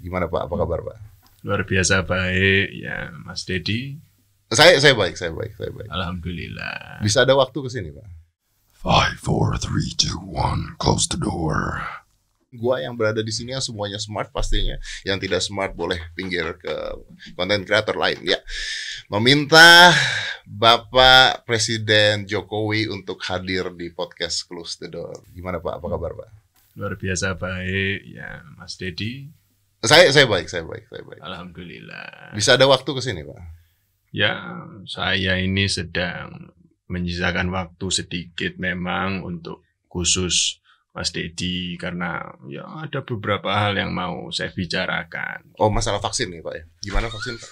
Gimana Pak? Apa kabar Pak? Luar biasa baik ya, Mas Dedi. Saya baik. Alhamdulillah. Bisa ada waktu ke sini Pak? 5, 4, 3, 2, 1, close the door. Gua yang berada di sini yang semuanya smart pastinya. Yang tidak smart boleh pinggir ke konten kreator lain ya. Meminta Bapak Presiden Jokowi untuk hadir di podcast Close the Door. Gimana Pak? Apa kabar Pak? Luar biasa baik ya, Mas Dedi. Saya baik. Alhamdulillah. Bisa ada waktu ke sini Pak? Ya, saya ini sedang menyisakan waktu sedikit memang untuk khusus Mas Dedi karena ya ada beberapa hal yang mau saya bicarakan. Oh, masalah vaksin nih Pak ya. Gimana vaksin Pak?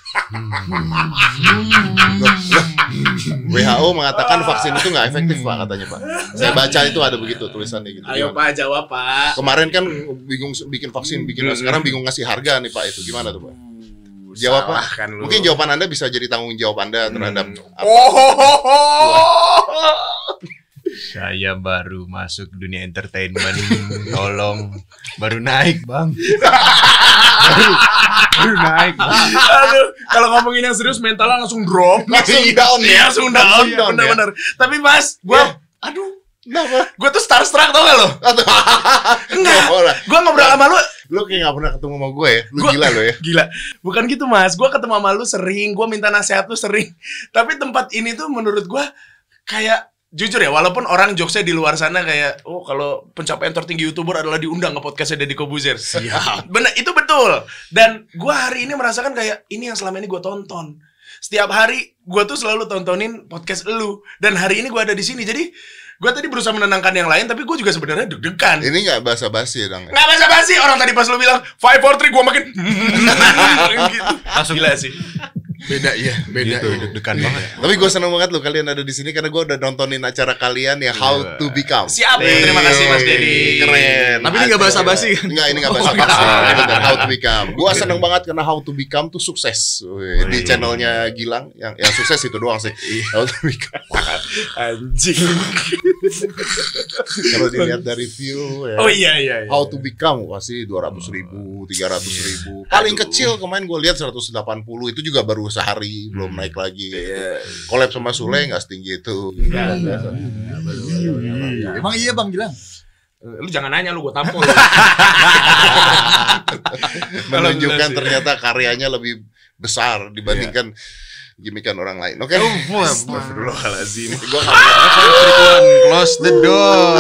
WHO mengatakan vaksin itu nggak efektif Pak katanya Pak. Saya baca itu ada begitu tulisannya gitu. Ayo Gimana? Pak, jawab Pak. Kemarin kan bingung bikin vaksin, sekarang bingung ngasih harga nih Pak itu. Gimana tuh Pak? Jawab Pak. Kan lu. Mungkin jawaban Anda bisa jadi tanggung jawab Anda terhadap apa? Saya baru masuk dunia entertainment, tolong baru naik bang, baru naik. Bang. Aduh, kalau ngomongin yang serius mentalnya langsung drop, Langsung down ya? langsung down, Langsung down, bener-bener. Tapi Mas, gue tuh starstruck tau gak lo? Enggak, gue ngobrol sama lu. Lu kayak gak pernah ketemu sama gue ya? Lu gila lo ya? Gila, bukan gitu Mas. Gue ketemu sama lu sering, gue minta nasihat lu sering. Tapi tempat ini tuh menurut gue kayak jujur ya, walaupun orang jokesnya di luar sana kayak, oh kalau pencapaian tertinggi YouTuber adalah diundang ke podcastnya Deddy Corbuzier. Siap. Bener, itu betul. Dan gue hari ini merasakan kayak, ini yang selama ini gue tonton. Setiap hari gue tuh selalu tontonin podcast lu. Dan hari ini gue ada di sini. Jadi gue tadi berusaha menenangkan yang lain, tapi gue juga sebenarnya deg-degan. Ini gak basa-basi ya dong? Nggak basa-basi. Orang tadi pas lu bilang 5, 4, 3 gue makin gitu. Langsung gila sih. Beda ya, Gitu, deg-degan banget. Tapi gue seneng banget lo kalian ada di sini karena gue udah nontonin acara kalian yang How to Become. Siap, terima kasih Mas Dedi. Keren. Tapi ini nggak basa-basi kan? Enggak, ini nggak basa-basi. Ini bener How to Become. Gue seneng banget karena How to Become tuh sukses. Di channelnya Gilang yang sukses itu doang sih. How to Become. Anjing. Kalau dilihat dari view ya. Oh iya. How to Become pasti 200.000, 300.000. Paling kecil kemarin gue lihat 180 itu juga baru sehari belum naik lagi. Collab sama Sule nggak setinggi itu. Emang iya Bang Gilang? Lu jangan nanya lu, gue tampol. Menunjukkan ternyata karyanya lebih besar dibandingkan gimikan orang lain. Oke. Astagfirullahaladzim. Gue Close the door.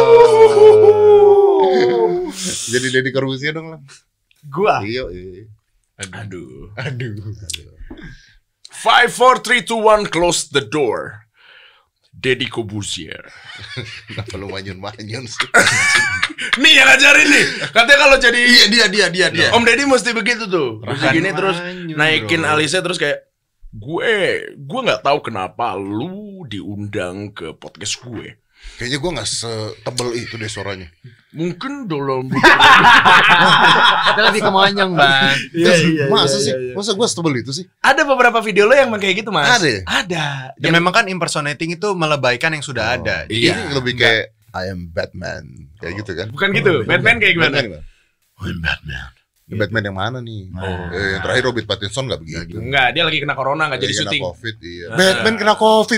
jadi Deddy Corbuzier dong lah. Gua. Iya. Aduh. 5, 4, 3, 2, 1, close the door. Deddy Corbuzier. Kenapa lu manyun-manyun sih? Nih yang ngajarin nih. Katanya kalau jadi Dia. Om Deddy mesti begitu tuh. Begini terus manyun, naikin bro. alisnya terus kayak gue nggak tahu kenapa lu diundang ke podcast gue. Kayaknya gue nggak setebel itu deh suaranya. Mungkin dalam Kita lebih kemanyang Bang. Iya, Masa sih? Masa gue setebel itu sih? ada beberapa video lo yang kayak gitu Mas. Ada ya? Ada. Dan memang kan impersonating itu melebaikan yang sudah ada. Ini Iya. lebih kayak I am Batman kayak gitu kan? Bukan gitu. Batman kayak gimana? I'm Batman. Batman yang mana nih? Yang terakhir Robert Pattinson nggak begitu. Enggak, dia lagi kena corona nggak jadi Kena syuting. COVID, iya. Batman kena COVID.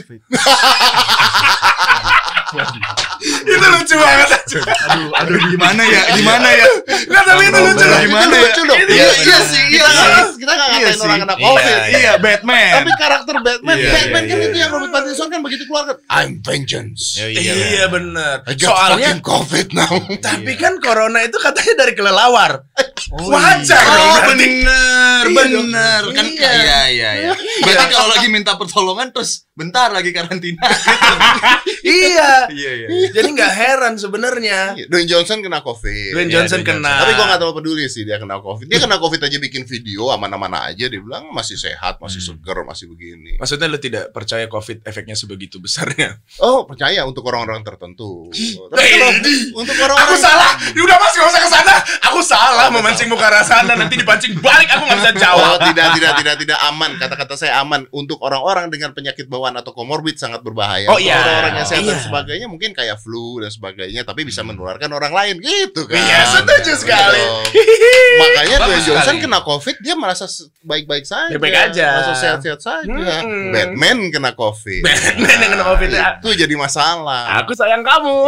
Itu lucu banget. Aduh gimana ya? Nggak, tapi itu lucu. Gimana Itu ya? lucu dong. Iya sih. Kita nggak ngatain orang kena Iya, COVID. Iya, Batman. Tapi karakter Batman, Iya, Batman iya, kan iya, itu yang Robert Pattinson kan begitu keluar kan, I'm vengeance. Iya bener. I got Soalnya fucking COVID now. tapi kan corona itu katanya dari kelelawar. Wajar dong Oh berarti. bener kan Iya. Berarti kalau lagi minta pertolongan terus bentar lagi karantina. Iya. Iya. Jadi nggak heran sebenarnya. Dwayne Johnson kena COVID. Dwayne Johnson kena. Tapi gue gak terlalu peduli sih dia kena COVID. Dia kena COVID aja bikin video aman-aman mana-mana aja, dia bilang masih sehat, masih seger, masih begini. Maksudnya lu tidak percaya COVID efeknya sebegitu besarnya? Oh, percaya untuk orang-orang tertentu. Tapi kalau untuk orang-orang Aku salah. Udah Mas, gak usah ke sana. Aku salah memancing muka sana, nanti dipancing balik aku nggak bisa Oh, jawab. tidak aman. Kata-kata saya aman. Untuk orang-orang dengan penyakit bawaan atau komorbid sangat berbahaya. Oh, Untuk iya. orang-orang yang sehat dan Iya. sebagainya mungkin kayak flu dan sebagainya, tapi bisa menularkan orang lain gitu kan. Iya, setuju sekali. Makanya Dwayne Bagus Johnson sekali. kena COVID dia merasa baik-baik saja. Baik-baik aja. Merasa sehat-sehat saja. Hmm. Batman kena COVID. Batman yang kena COVID ya. Itu jadi masalah. Aku sayang kamu.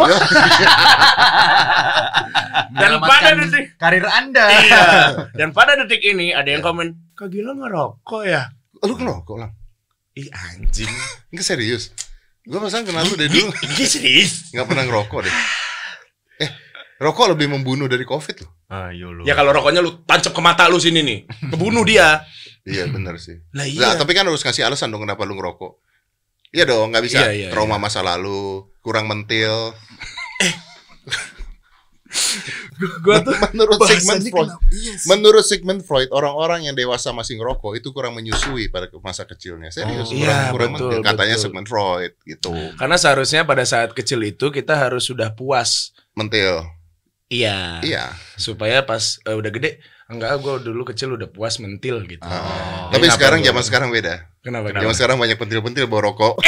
Dan pada detik karir Anda. iya. Dan pada detik ini ada yang komen, Kak Gila ngerokok ya? Lu ngerokok lah? Ih anjing. Enggak serius. Gue perasaan kenal lu dari dulu Ini serius. nggak pernah ngerokok deh. Rokok lebih membunuh dari COVID loh. Ayo lu. Ya kalau rokoknya lu tancap ke mata lu sini nih, kebunuh dia. Iya benar sih. Lah Nah, iya. tapi kan harus kasih alasan dong kenapa lu ngerokok. Iya dong, nggak bisa Iya, trauma masa lalu, kurang mentil. Gua tuh Menurut Sigmund bahasanya Freud, kenapa? Iya sih. menurut Sigmund Freud, orang-orang yang dewasa masih ngerokok itu kurang menyusui pada masa kecilnya. Serius, Oh, kurang, iya, kurang betul, mentil. Katanya betul. Sigmund Freud gitu. Karena seharusnya pada saat kecil itu kita harus sudah puas. Mentil. Iya. Iya. Supaya pas udah gede, enggak gue dulu kecil udah puas mentil gitu. Tapi Kenapa sekarang gua- zaman sekarang beda. Kenapa? Zaman sekarang banyak pentil-pentil bawa rokok.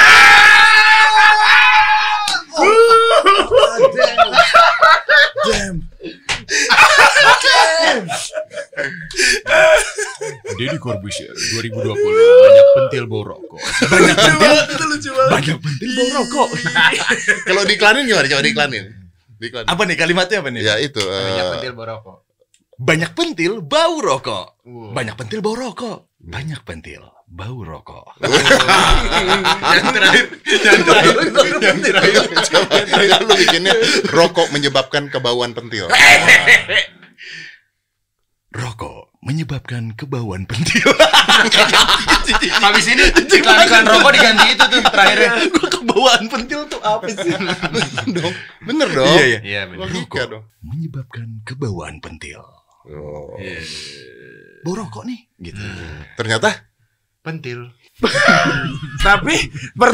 Deddy Corbuzier 2020 banyak pentil bau rokok. Banyak pentil. Itu lucu banget. Banyak pentil bau rokok. Kalau diiklanin gimana? Coba diiklanin. Diiklanin. Apa nih kalimatnya apa nih? Ya itu. Banyak pentil bau rokok. Banyak pentil bau rokok. Banyak pentil bau rokok. Banyak pentil bau rokok. Yang terakhir. Yang terakhir. Coba lu bikinnya rokok menyebabkan kebauan pentil. Rokok menyebabkan kebauan pentil. Habis ini iklan rokok diganti itu tuh terakhirnya. Gua kebauan pentil tuh apa sih? Dong. Bener dong. Iya, iya. Iya benar. Logika dong. Menyebabkan kebauan pentil. Oh. Bau rokok nih gitu. Ternyata Pentil. Tapi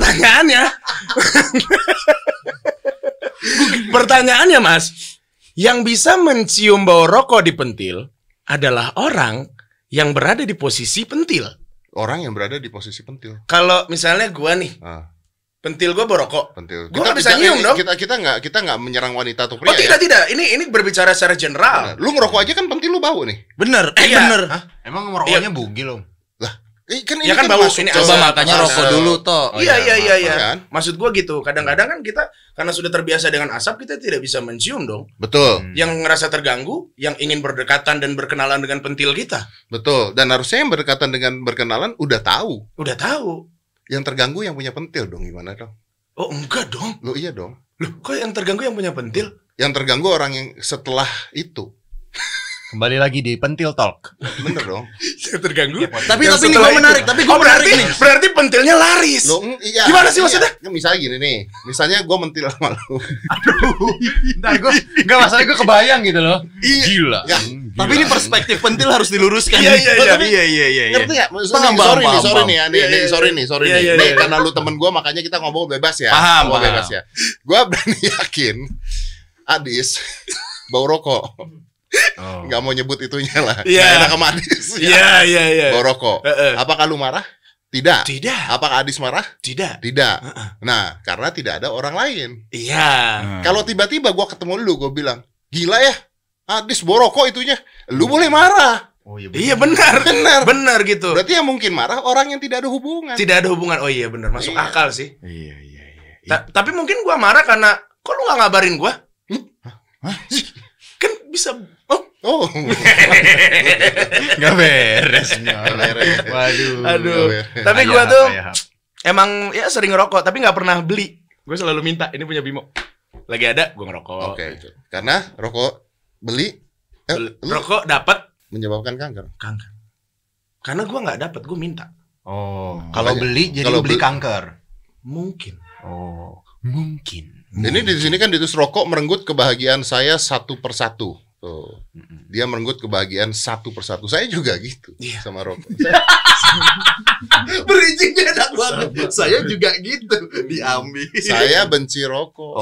pertanyaannya Mas, yang bisa mencium bau rokok di pentil adalah orang yang berada di posisi pentil. orang yang berada di posisi pentil. Kalau misalnya gua nih, Ah, pentil gua bau rokok. pentil. Gua nggak bisa nyium dong. Kita nggak menyerang wanita atau Oh pria tidak ya. tidak, ini berbicara secara Nah, general. lu ngerokok aja kan pentil lu bau nih. Bener, Iya. bener. Emang rokoknya bugil om? Kan Ya kan bau, masuk ini ke- Coba makanya ke- rokok dulu toh. Iya iya iya iya. kan? Maksud gua gitu. Kadang-kadang kan kita karena sudah terbiasa dengan asap, kita tidak bisa mencium dong. Betul, Yang ngerasa terganggu, yang ingin berdekatan dan berkenalan dengan pentil kita, betul. Dan harusnya yang berdekatan dengan berkenalan udah tahu. udah tahu. Yang terganggu yang punya pentil dong, gimana dong? Oh enggak dong. Lo iya dong. Loh, kok yang terganggu yang punya pentil? Yang terganggu orang yang setelah itu. Kembali lagi di Pentil Talk. Bener dong. Yang terganggu. Tapi Yang ini setelah gua menarik, itu. tapi gua Oh, berarti menarik nih. berarti pentilnya laris. Lo iya. Gimana sih maksudnya? Iya. Misalnya gini nih. Misalnya gue mentil sama lu. Ntar gue nggak masalah gue kebayang gitu loh. Iya. Gila. Ya, Tapi ini perspektif pentil harus diluruskan. Iya, iya, iya. Tapi iya, iya, iya. Ngerti gak? Maksudnya Paham, sorry paham, nih, sorry paham. nih ya. Iya, iya, Sorry iya. nih. Iya, iya, Nih, iya. karena lu temen gue makanya kita ngomong bebas ya. Paham, Ngomong paham. bebas ya. Gue berani yakin Adis bau rokok. Oh. Nggak mau nyebut itunya lah. Iya. Nggak enak sama Adis. Iya iya iya. Bau rokok. Apakah lu marah? Tidak. Tidak. Apakah Adis marah? Tidak. Tidak. Nah, karena tidak ada orang lain. Iya. Kalau tiba-tiba gua ketemu lu, gua bilang, gila ya, Adis bau rokok itunya. Lu boleh marah. Oh iya Iya benar. Benar. Benar gitu. Berarti yang mungkin marah orang yang tidak ada hubungan. Tidak ada hubungan. Oh iya benar, masuk Iya. akal sih. Iya, iya, iya. Tapi mungkin gua marah karena kok lu gak ngabarin gua? Kan bisa. Oh. Oh. Nggak beres. beres. Waduh. Aduh. beres. Tapi Ayah, gua tuh ayah. emang ya sering ngerokok tapi nggak pernah beli. Gue selalu minta, ini punya Bimo. Lagi ada, gue ngerokok. Oke. Karena rokok beli lu Rokok dapat menyebabkan kanker. kanker. Karena gue nggak dapat, gue minta. Oh, kalau Makanya, beli jadi kalau lu beli beli- kanker. Mungkin. Oh, mungkin. Ini di sini kan ditulis rokok merenggut kebahagiaan saya satu persatu. Tuh. Dia merenggut kebahagiaan satu persatu. Saya juga gitu sama rokok. Bridging-nya enak banget. Saya juga gitu diambil. Saya benci rokok.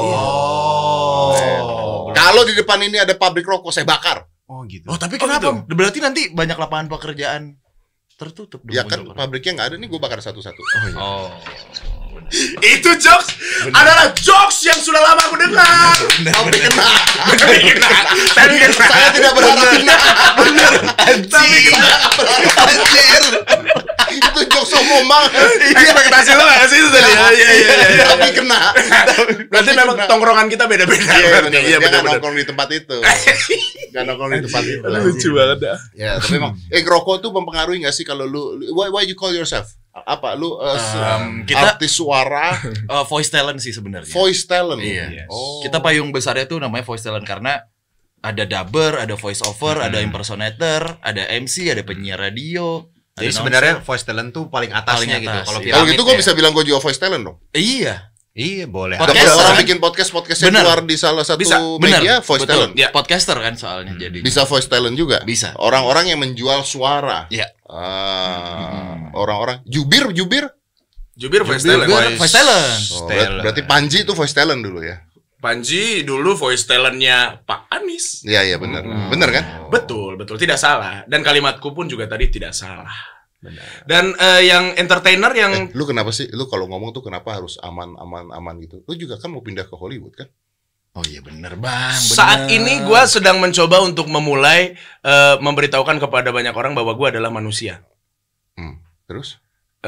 Oh. Kalau di depan ini ada pabrik rokok, saya bakar. Oh gitu. Oh, tapi kenapa? Berarti nanti banyak lapangan pekerjaan tertutup dong. Ya kan pabriknya nggak ada nih, gue bakar satu-satu. Oh. Itu jokes adalah jokes yang sudah lama aku dengar. Tapi kena. Tapi kena. Saya tidak berharap kena. Tapi kena. Anjir. Itu jokes sombong banget. Ekspektasi lo nggak sih itu tadi? Iya. Tapi kena. Berarti memang tongkrongan kita beda-beda. Iya, benar. Nongkrong di tempat itu. Gak nongkrong di tempat itu. Lucu banget dah. Ya, tapi emang ngerokok tuh mempengaruhi nggak sih kalau lu why you call yourself? Apa lu kita artis suara, voice talent sih sebenarnya. voice talent? Iya. Oh. Kita payung besarnya tuh namanya voice talent karena ada dubber, ada voice over, ada impersonator, ada MC, ada penyiar radio. Jadi ada sebenarnya announcer. voice talent tuh paling atasnya Paling gitu. atas, Kalau iya. Kalau gitu gue piramid bisa bilang gue juga voice talent dong. Iya. Iya, boleh. Podcast. Ada orang kan? bikin podcastnya Bener. keluar di salah satu Bisa. media voice Betul. talent. Ya. Podcaster kan soalnya jadi. Bisa voice talent juga. Bisa. Orang-orang yang menjual suara. Iya. Orang-orang jubir. Jubir voice talent. Voice talent. Oh, berarti Panji itu voice talent dulu ya. Panji dulu voice talentnya Pak Anies. Iya benar. Benar kan? Betul, tidak salah. Dan kalimatku pun juga tadi tidak salah. Dan yang entertainer yang Lu kenapa sih? Lu kalau ngomong tuh kenapa harus aman gitu? Lu juga kan mau pindah ke Hollywood kan? Oh iya bener bang. saat ini gue sedang mencoba untuk memulai memberitahukan kepada banyak orang bahwa gue adalah manusia. Terus?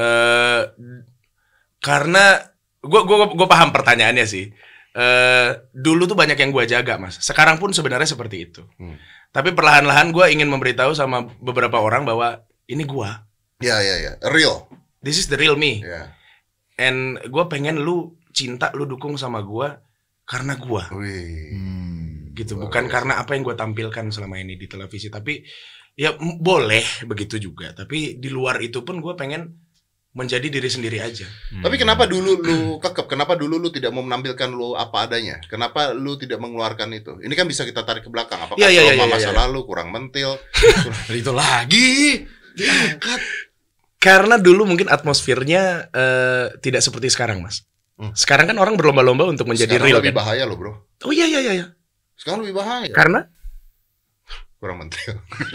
Karena gue paham pertanyaannya sih. Dulu tuh banyak yang gue jaga mas. Sekarang pun sebenarnya seperti itu. Tapi perlahan-lahan gue ingin memberitahu sama beberapa orang bahwa ini gue. Ya. Real. This is the real me. Ya. And gue pengen lu cinta, lu dukung sama gue karena gue. Wih. Gitu. Bukan karena apa yang gue tampilkan selama ini di televisi. Tapi ya boleh begitu juga. Tapi di luar itu pun gue pengen menjadi diri sendiri aja. Tapi kenapa dulu lu kekep? Kenapa dulu lu tidak mau menampilkan lu apa adanya? Kenapa lu tidak mengeluarkan itu? Ini kan bisa kita tarik ke belakang. Apakah trauma masa lalu, kurang mentil? itu lagi diangkat. Karena dulu mungkin atmosfernya tidak seperti sekarang, Mas. Sekarang kan orang berlomba-lomba untuk menjadi Sekarang real lebih kan? bahaya loh, bro. Oh iya. Sekarang lebih bahaya. Karena Kurang mentil.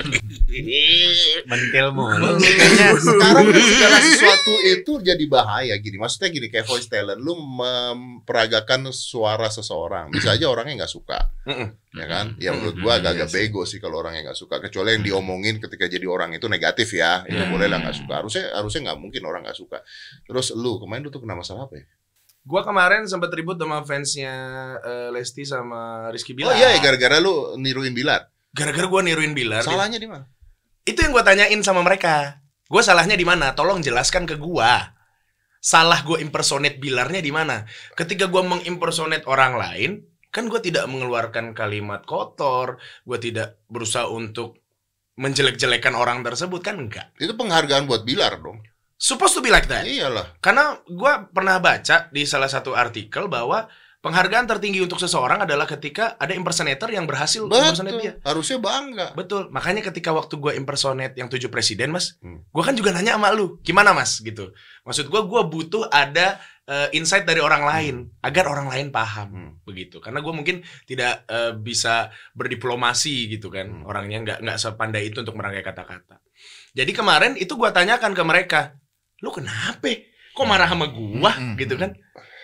mentil mulu. Sekarang segala sesuatu itu jadi bahaya gini. Maksudnya gini, kayak voice talent, lu memperagakan suara seseorang. Bisa aja orangnya nggak suka, ya kan? Ya menurut gua agak-agak bego sih kalau orangnya nggak suka. Kecuali yang diomongin ketika jadi orang itu negatif ya. Itu boleh lah nggak suka. Harusnya nggak mungkin orang nggak suka. Terus kemarin lu tuh kena masalah apa ya? gua kemarin sempat ribut sama fansnya Lesti sama Rizky Oh Bilar. iya, gara-gara lu niruin Bilar. Gara-gara gua niruin Bilar. Salahnya di mana? Itu yang gua tanyain sama mereka. Gua salahnya di mana? Tolong jelaskan ke gua. Salah gua impersonate Bilarnya di mana? Ketika gua mengimpersonate orang lain, kan gua tidak mengeluarkan kalimat kotor, gua tidak berusaha untuk menjelek-jelekan orang tersebut, kan enggak. Itu penghargaan buat Bilar dong. Supposed to be like that. Iyalah. Karena gua pernah baca di salah satu artikel bahwa penghargaan tertinggi untuk seseorang adalah ketika ada impersonator yang berhasil impersonate dia. Harusnya bangga. Betul. Makanya ketika waktu gue impersonate yang 7 presiden, Mas, gue kan juga nanya sama lu, gimana Mas? Gitu. Maksud gue butuh ada insight dari orang lain agar orang lain paham, begitu. Karena gue mungkin tidak bisa berdiplomasi gitu kan, orangnya nggak sepandai itu untuk merangkai kata-kata. Jadi kemarin itu gue tanyakan ke mereka, lu kenapa? Kok marah sama gue? Gitu kan?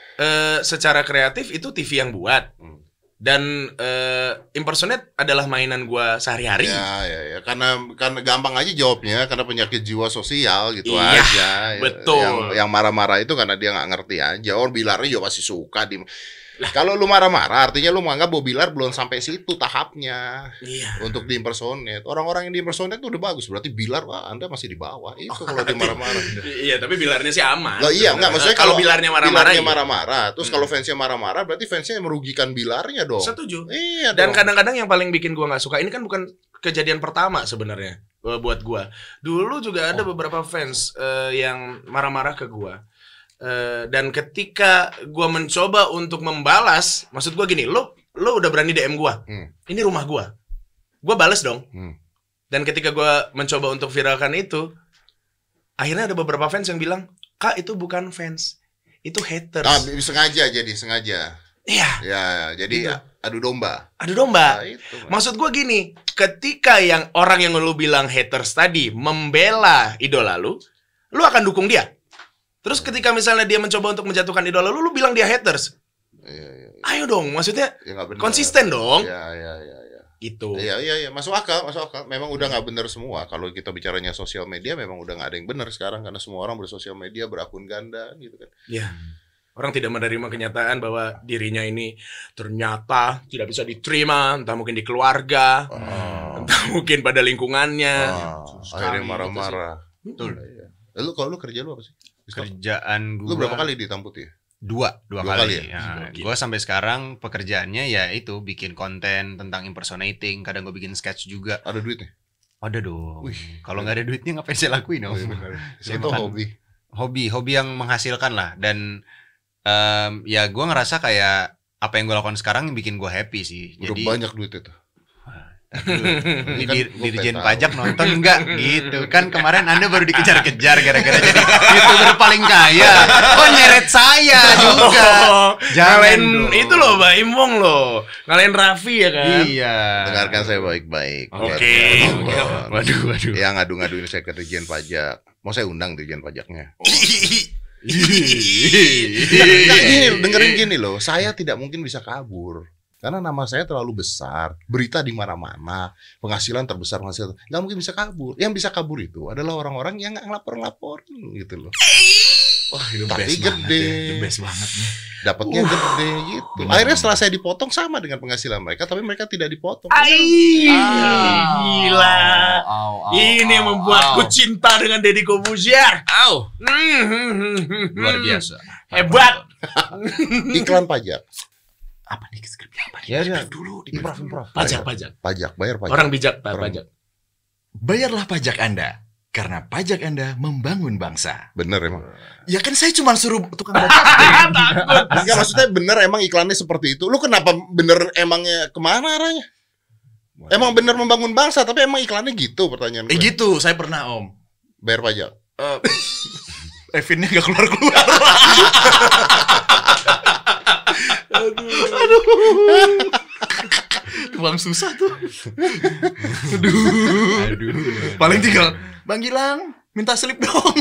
Secara kreatif itu TV yang buat. Dan impersonate adalah mainan gua sehari-hari. Ya. Karena gampang aja jawabnya, karena penyakit jiwa sosial gitu Iya, aja. betul. Yang marah-marah itu karena dia nggak ngerti aja. Orang Bilarnya juga pasti suka kalau lu marah-marah, artinya lu menganggap bahwa Bilar belum sampai situ tahapnya. Iya. Untuk diimpersonate. Orang-orang yang diimpersonate itu udah bagus. Berarti Bilar, Anda masih di bawah. Itu kalau dia marah-marah. Iya, tapi Bilarnya sih aman. Loh iya, enggak, maksudnya kalau Bilarnya marah-marah. Terus kalau fansnya marah-marah, berarti fansnya merugikan Bilarnya dong. Setuju. Iya. Dan dong. kadang-kadang yang paling bikin gua nggak suka, ini kan bukan kejadian pertama sebenarnya buat gua. Dulu juga ada beberapa fans yang marah-marah ke gua. Dan ketika gua mencoba untuk membalas, maksud gua gini, lo udah berani DM gua. Ini rumah gua. gue bales dong. Hmm. Dan ketika gue mencoba untuk viralkan itu, akhirnya ada beberapa fans yang bilang, Kak itu bukan fans, itu haters. Sengaja jadi sengaja. Iya. Ya, jadi Gitu. adu domba. Adu domba. Nah, itu. Maksud gue gini, ketika yang orang yang lu bilang haters tadi membela idola lu akan dukung dia. Terus ketika misalnya dia mencoba untuk menjatuhkan idola lu bilang dia haters. Iya. Ayo dong, maksudnya Ya, nggak benar. konsisten dong. Iya. Gitu. Iya, masuk akal. Memang udah nggak benar semua. Kalau kita bicaranya sosial media, memang udah nggak ada yang benar sekarang karena semua orang bersosial media berakun ganda, gitu kan. Ya. Orang tidak menerima kenyataan bahwa dirinya ini ternyata tidak bisa diterima, entah mungkin di keluarga, entah mungkin pada lingkungannya. Akhirnya marah-marah. Betul. Iya. Kalau lu kerja lu apa sih? Kerjaan gue Lu berapa kali ditamput ya? dua Dua kali. kali Ya, gue sampai sekarang pekerjaannya ya itu bikin konten tentang impersonating. Kadang gue bikin sketch juga. Ada duitnya? Ada dong. Wih. Kalau nggak ada duitnya ngapain saya lakuin dong? Saya Itu makan- hobi yang menghasilkan lah. Dan ya gue ngerasa kayak apa yang gue lakukan sekarang yang bikin gue happy sih. Udah Jadi banyak duit itu. ini Kan gua Dirjen pengen Pajak tahu. nonton enggak gitu kan kemarin Anda baru dikejar-kejar gara-gara jadi YouTuber paling kaya. Kok nyeret saya juga. Jangan Ngalahin dong. itu loh, Mbak Imong loh. Ngalahin Raffi ya kan? Iya. Dengarkan saya baik-baik. Oke. Waduh. Ya ngadu-ngaduin saya ke Dirjen Pajak. Mau saya undang Dirjen Pajaknya. Dengerin gini loh, saya tidak mungkin bisa kabur. Karena nama saya terlalu besar, berita di mana-mana, penghasilan terbesar, nggak mungkin bisa kabur. Yang bisa kabur itu adalah orang-orang yang nggak ngelapor-laporin gitu loh. Wah, itu Tapi best gede. banget ya. The best banget nih. Dapatnya gede gitu. Akhirnya setelah saya dipotong sama dengan penghasilan mereka, tapi mereka tidak dipotong. Gila. Ini yang membuatku cinta dengan Deddy Corbuzier. Luar biasa. Hebat. Iklan pajak, Apa nih skripnya? Apa nih? Ya, ya. Dulu. improv. Pajak. Bayar pajak. Orang bijak, Pak, Orang- pajak. Bayarlah pajak Anda. Karena pajak Anda membangun bangsa. Bener emang. Ya kan saya cuma suruh tukang pajak. Enggak, maksudnya bener emang iklannya seperti itu. Lu kenapa bener emangnya kemana arahnya? Emang bener membangun bangsa, tapi emang iklannya gitu pertanyaan gue. Gitu, saya pernah Om. Bayar pajak. Evinnya gak keluar-keluar. Uang susah tuh. Aduh. Paling tinggal Bang Gilang minta slip dong.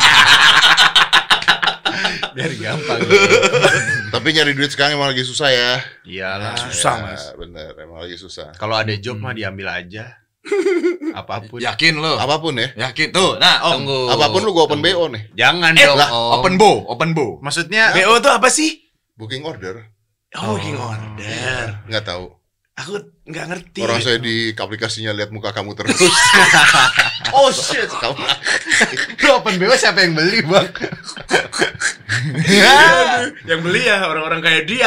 Biar gampang. Tapi nyari duit sekarang emang lagi susah ya. Iyalah. Susah, Ya, Mas. Bener, emang lagi susah. Kalau ada job mah diambil aja. Apapun. Yakin lo? Apapun ya. Yakin tuh. Nah, Om. Tunggu. Apapun lu gua open BO nih. Jangan dong. Lah, Om. open bow. Maksudnya BO itu apa sih? Booking order. Oh, booking order. Nggak tahu. Aku nggak ngerti. Orang saya di aplikasinya lihat muka kamu terus. Oh shit. Kamu lu open BO siapa yang beli, Bang? Yang beli ya orang-orang kayak dia.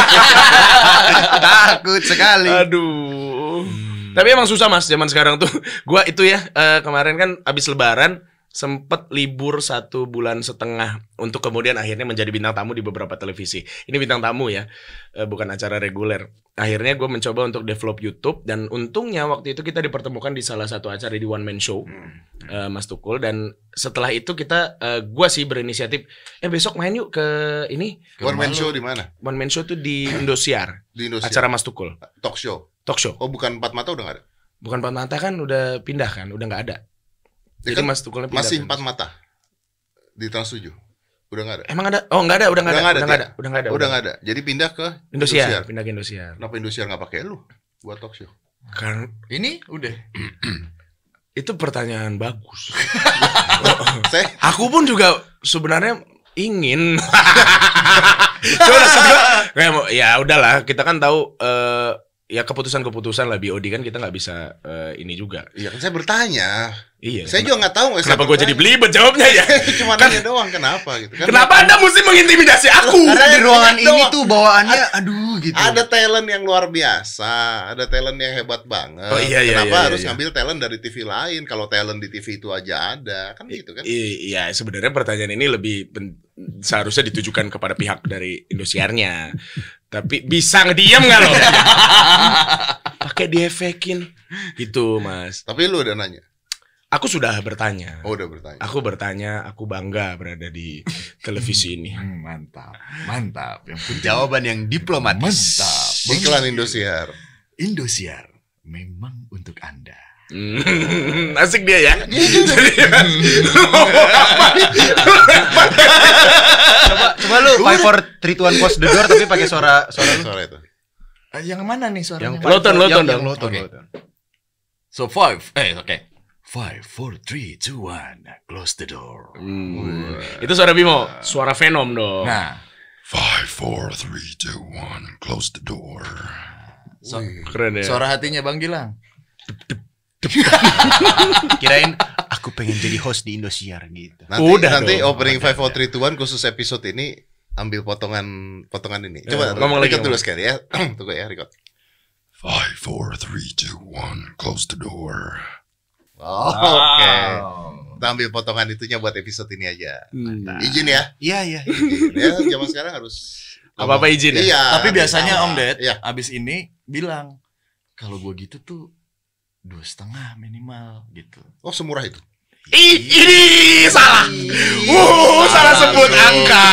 Takut sekali. Aduh. Tapi emang susah Mas zaman sekarang tuh. Gua itu ya kemarin kan abis lebaran sempet libur 1,5 bulan untuk kemudian akhirnya menjadi bintang tamu di beberapa televisi. Ini bintang tamu ya, bukan acara reguler. Akhirnya gue mencoba untuk develop YouTube dan untungnya waktu itu kita dipertemukan di salah satu acara di One Man Show, Mas Tukul. Dan setelah itu kita, gue sih berinisiatif, besok main yuk ke ini. One Man Show di mana? One Man Show tuh di Indosiar, Di Indonesia. acara Mas Tukul, Talk show. talk show. Oh, bukan Empat Mata udah nggak ada. Bukan Empat Mata kan udah pindah kan, udah nggak ada. Ya Jadi kan Mas Tukulnya pindah. masih kan? Empat Mata di Trans 7. Udah nggak ada. Emang ada? Oh nggak ada, udah nggak ada, Udah udah nggak ada. Udah nggak ada. Jadi pindah ke Indosiar, pindah ke Indosiar. Kenapa Indosiar nggak pakai lu buat talk show? Kan Ini udah. itu pertanyaan bagus. Saya Aku pun juga sebenarnya ingin. Cuma maksud gua, kayak ya udahlah, kita kan tahu ya keputusan-keputusan lah BOD kan kita nggak bisa ini juga. Iya kan saya bertanya. Iya. Saya juga nggak tahu. Kenapa gue jadi belibet jawabnya ya? Cuma nanya doang kenapa gitu kan. Kenapa Anda mesti mengintimidasi aku? Karena di ruangan Doang. ini tuh bawaannya aduh gitu. Ada talent yang luar biasa, ada talent yang hebat banget. Oh, iya, iya, Kenapa iya, harus iya. ngambil talent dari TV lain? Kalau talent di TV itu aja ada, kan gitu kan? Iya, sebenarnya pertanyaan ini lebih seharusnya ditujukan kepada pihak dari Indosiarnya. Tapi bisa ngediam nggak lo? pakai diefekin. Gitu, Mas. Tapi lu udah nanya. Aku sudah bertanya. Oh, udah bertanya. Aku bertanya, aku bangga berada di televisi ini. Mantap. Mantap. Yang penting Jawaban yang diplomatis. mantap. Iklan Indosiar. Indosiar memang untuk Anda. Asik dia ya. Coba lu 5 4 3 2 1 close the door tapi pakai suara lu. Suara itu. Yang mana nih suaranya? Loton yang dong. Loton. Oke. So 5 4 3 2 1 close the door. Itu suara Bimo, suara Venom dong. Nah, 5, 4, 3, 2, 1. Close the door. Keren ya. suara hatinya Bang Gilang. Kirain aku pengen jadi host di Indosiar gitu. Nanti dong. opening 5 4 3 2 1 khusus episode ini ambil potongan ini. Coba ngomong lagi, record dulu ngomong. sekali ya. Tunggu ya, record. 5, 4, 3, 2, 1. Close the door. Oke. Kita ambil potongan itunya buat episode ini aja. Izin ya. Iya. Izin. Ya, zaman sekarang harus Apa-apa izin ya? Iya. Tapi biasanya Om Ded, Iya. abis ini bilang kalau gue gitu tuh 2,5 minimal gitu. Oh, semurah itu. Ini salah. Salah sebut angka.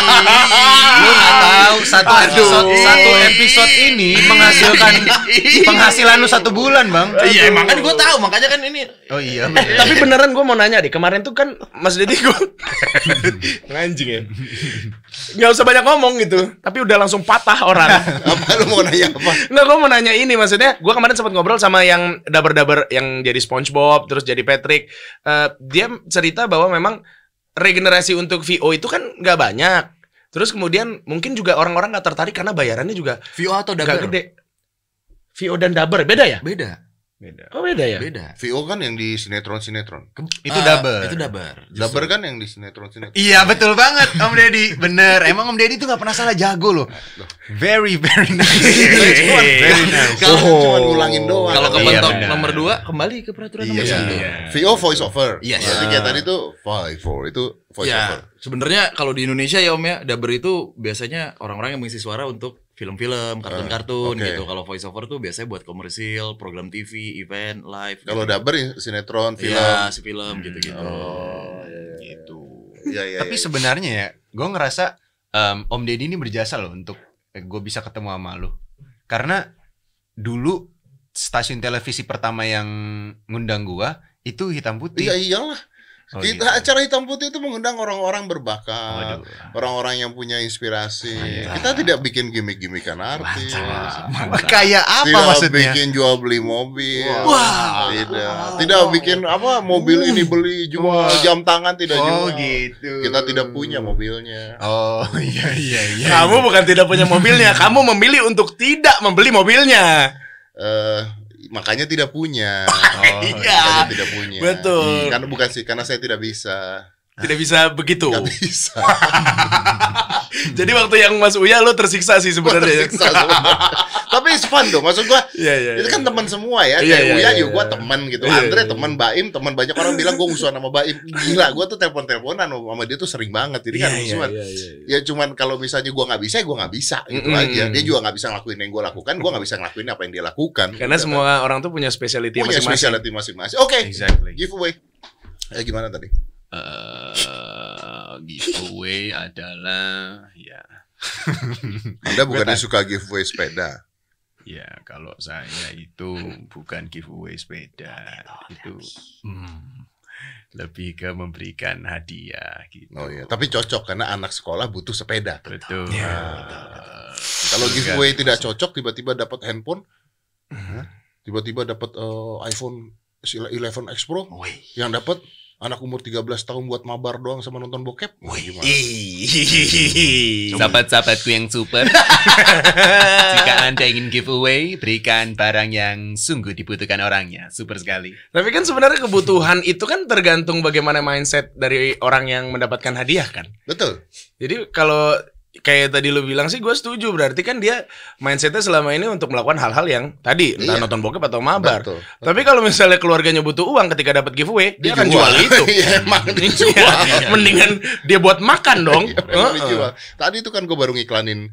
Lu nggak tahu satu episode ini menghasilkan penghasilan lu 1 bulan, Bang. Iya emang kan gue tahu makanya kan ini. Oh iya. Tapi beneran gue mau nanya deh. Kemarin tuh kan Mas Deddy gue anjing ya. Nggak usah banyak ngomong gitu. Tapi udah langsung patah orang. Apa lu mau nanya apa? Nggak, gue mau nanya ini. Maksudnya gue kemarin sempat ngobrol sama yang daber-daber yang jadi SpongeBob terus jadi Patrick. Dia cerita bahwa memang regenerasi untuk VO itu kan nggak banyak. Terus kemudian mungkin juga orang-orang nggak tertarik karena bayarannya juga VO atau nggak Daber? gede. VO dan Daber beda ya? Beda. Oh beda ya? Beda. VO kan yang di sinetron. Itu Daber. Itu Daber. Daber kan yang di sinetron. Iya betul banget Om Deddy. Bener. Emang Om Deddy tuh nggak pernah salah jago loh. Very nice. Very nice. Cuma ngulangin doang. Kalau Iya, kepentok benar. nomor 2 kembali ke peraturan nomor Iya. 1. VO voice over. Iya. Berarti kayak tadi tuh 5 4 itu voice over. Ya, sebenarnya kalau di Indonesia ya Om ya, Daber itu biasanya orang-orang yang mengisi suara untuk film-film, kartun-kartun oke. gitu. Kalau voice over tuh biasanya buat komersil, program TV, event, live. Kalau gitu. Daber sinetron, film. Iya, si film gitu-gitu. Gitu. Iya. Tapi sebenarnya ya, gue ngerasa Om Deddy ini berjasa loh untuk gue bisa ketemu sama lu. Karena dulu stasiun televisi pertama yang ngundang gua itu Hitam Putih. Iya iyalah. Oh, Kita gitu. acara Hitam Putih itu mengundang orang-orang berbakat, Waduh. orang-orang yang punya inspirasi. Mantap. Kita tidak bikin gimmick-gimmickan artis. Kayak apa Tidak maksudnya? bikin jual beli mobil. Wah. Tidak bikin apa mobil ini beli jual jam tangan tidak Oh jual. gitu. Kita tidak punya mobilnya. Oh iya. Kamu bukan tidak punya mobilnya, kamu memilih untuk tidak membeli mobilnya. Makanya tidak punya. Iya. Makanya tidak punya. Betul. Karena bukan sih, karena saya tidak bisa. Tidak bisa begitu. Tidak bisa. Jadi waktu yang Mas Uya lo tersiksa sih sebenarnya. Tersiksa sebenarnya. Tapi it's fun dong. Maksud gua Iya. itu kan teman semua ya. Iya, Kayak iya, Uya iya, juga gua iya. teman gitu. Iya, Andre iya. teman, Baim teman, banyak orang bilang gua musuhan sama Baim. Gila, gua tuh telepon-teleponan sama dia tuh sering banget. Jadi kan musuhan. Ya cuman kalau misalnya gua nggak bisa, ya gua nak bisa gitu aja. Dia juga nggak bisa ngelakuin yang gua lakukan, gua nggak bisa ngelakuin apa yang dia lakukan. Karena Gitu semua orang tuh punya specialty punya masing-masing. specialty masing-masing. Oke. Exactly. Giveaway. Gimana tadi? Giveaway adalah ya. Anda bukannya suka giveaway sepeda? Ya, kalau saya itu bukan giveaway sepeda, itu lebih ke memberikan hadiah gitu. Oh iya, tapi cocok karena anak sekolah butuh sepeda. Betul. Kalau giveaway tidak cocok, tiba-tiba dapat handphone, tiba-tiba dapat iPhone 11 X Pro, yang dapat anak umur 13 tahun buat mabar doang sama nonton bokep. Gimana? Sahabat-sahabatku yang super, jika Anda ingin giveaway, berikan barang yang sungguh dibutuhkan orangnya. Super sekali. Tapi kan sebenarnya kebutuhan itu kan tergantung bagaimana mindset dari orang yang mendapatkan hadiah kan. Betul. Jadi kalau kayak tadi lu bilang sih gue setuju. Berarti kan dia mindsetnya selama ini untuk melakukan hal-hal yang tadi entah Iya. nonton bokep atau mabar. Betul. Tapi kalau misalnya keluarganya butuh uang ketika dapat giveaway, dia akan Dijual. jual itu. Iya, emang dijual. Iya, mendingan dia buat makan dong. Memang dijual. Tadi itu kan gue baru ngiklanin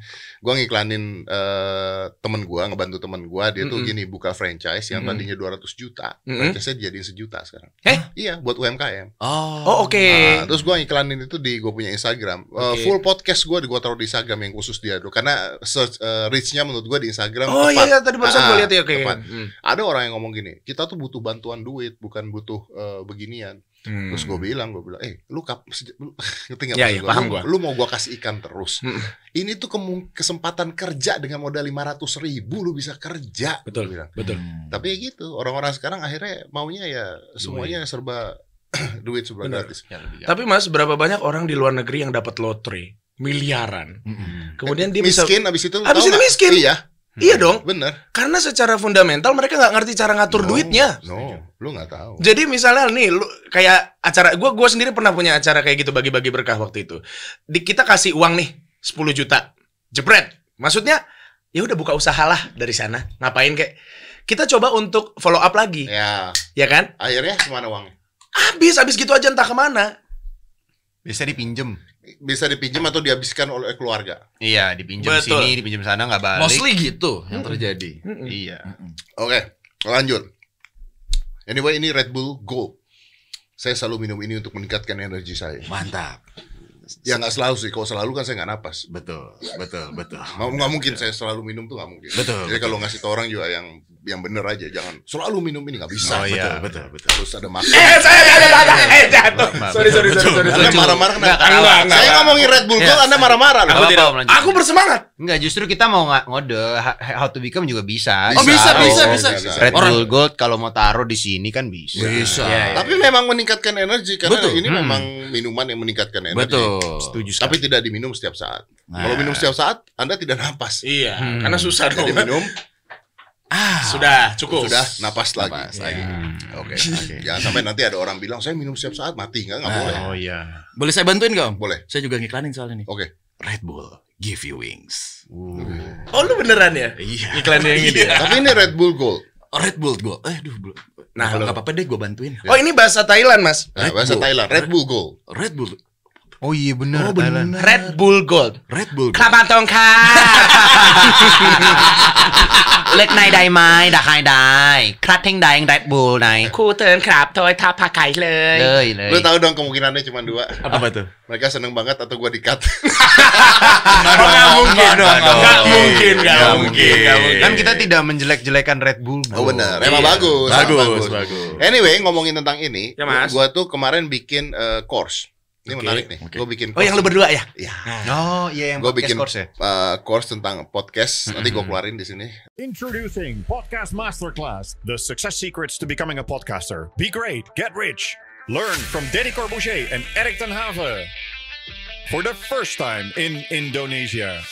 temen gue, ngebantu temen gue, dia tuh gini buka franchise yang tadinya 200 juta, franchise-nya dijadiin 1 juta sekarang. Iya, buat UMKM. Oh, oke. Nah, terus gue ngiklanin itu di gue punya Instagram. Full podcast gue taruh di Instagram yang khusus dia tuh, karena search reach-nya menurut gue di Instagram Oh tepat. iya, tadi barusan gue lihat ya kayak. tepat. Ada orang yang ngomong gini, kita tuh butuh bantuan duit, bukan butuh beginian. Terus gue bilang, lu ngerti nggak? Ya, maksud ya, gua? paham Lu- gua. Lu mau gue kasih ikan terus. Ini tuh kesempatan kerja dengan modal 500.000 lu bisa kerja. Betul, gua bilang. betul. Tapi ya gitu, orang-orang sekarang akhirnya maunya ya semuanya serba duit serba Bener. gratis. Tapi Mas, berapa banyak orang di luar negeri yang dapat lotre miliaran? Kemudian dia bisa Miskin abis itu lu Abis tahu itu nggak? miskin. Iya, Iya dong. bener. Karena secara fundamental mereka nggak ngerti cara ngatur duitnya. No, lu nggak tahu. Jadi misalnya nih, lu kayak acara gue sendiri pernah punya acara kayak gitu, bagi-bagi berkah waktu itu. Kita kasih uang nih 10 juta, jebret. Maksudnya ya udah buka usaha lah dari sana. Ngapain kayak? Kita coba untuk follow up lagi, ya kan? Akhirnya kemana uangnya? Habis gitu aja entah kemana. Bisa dipinjem. Bisa dipinjam atau dihabiskan oleh keluarga. Iya, dipinjem Betul. sini, dipinjem sana nggak balik. Mostly gitu yang terjadi. Iya. Oke, lanjut. Anyway, ini Red Bull Gold. Saya selalu minum ini untuk meningkatkan energi saya. Mantap. Ya nggak selalu sih. Kalau selalu kan saya nggak napas. Betul. Nggak mungkin saya selalu minum tuh nggak mungkin. Betul, Jadi kalau ngasih tau orang juga yang bener aja. Jangan selalu minum ini, nggak bisa. Oh, iya. Betul. Terus ada makan. Saya jatuh. Sorry. Anda marah-marah Enggak, kenapa? enggak. Saya ngomongin Red Bull Gold, Anda marah-marah loh. Apa-apa, Om, lanjut. Aku bersemangat. Enggak, justru kita mau ngode how to become juga bisa. Oh, bisa. Red Bull Gold kalau mau taruh di sini kan bisa. Bisa. Iya, iya. Tapi memang meningkatkan energi karena Betul. ini memang minuman yang meningkatkan energi. Betul. Setuju sekali. Tapi tidak diminum setiap saat. Nah. Kalau minum setiap saat, Anda tidak napas. Iya, karena susah dong. Jadi minum, Sudah, cukup. sudah napas lagi. Napas lagi. Oke. Jangan sampai nanti ada orang bilang saya minum setiap saat mati, nggak boleh. Oh iya. Boleh saya bantuin gak, Om? Boleh. Saya juga ngiklanin soalnya nih. Oke. Red Bull give you wings. Oh, lu beneran ya? Iya. Iklan yang ini ya? Tapi ini Red Bull Gold. Red Bull gue. Aduh. Nah, Nah, lo. nggak apa-apa deh, gue bantuin. Oh, ini bahasa Thailand, Mas. Nah, bahasa Bull. Thailand. Red Bull Gold. Red Bull. Oh iya benar. Oh, bener. Red Bull Gold. Red Bull. ครับตรงค่ะ เล็กในใดไม้ดักไฮได้ครัดเท่งใดแรดบูลในครูเตือนครับโดยทับผักไก่เลยเลยเลย Lu tahu dong kemungkinannya cuma 2. Apa tuh? Mereka seneng banget atau gua di-cut. Nggak mungkin. Nggak mungkin. Kan kita tidak menjelek-jelekan Red Bull. Oh benar, emang bagus. Bagus. Anyway, ngomongin tentang ini, Ya, Mas. gua tuh kemarin bikin course. Ini menarik nih. Gua bikin Oh, yang lu course. berdua ya? Iya. Oh iya yang Gua podcast bikin course ya. course tentang podcast. Nanti gua keluarin di sini. Introducing Podcast Masterclass, the success secrets to becoming a podcaster. Be great, get rich. Learn from Deddy Corbuzier and Eric ten Have. For the first time in Indonesia.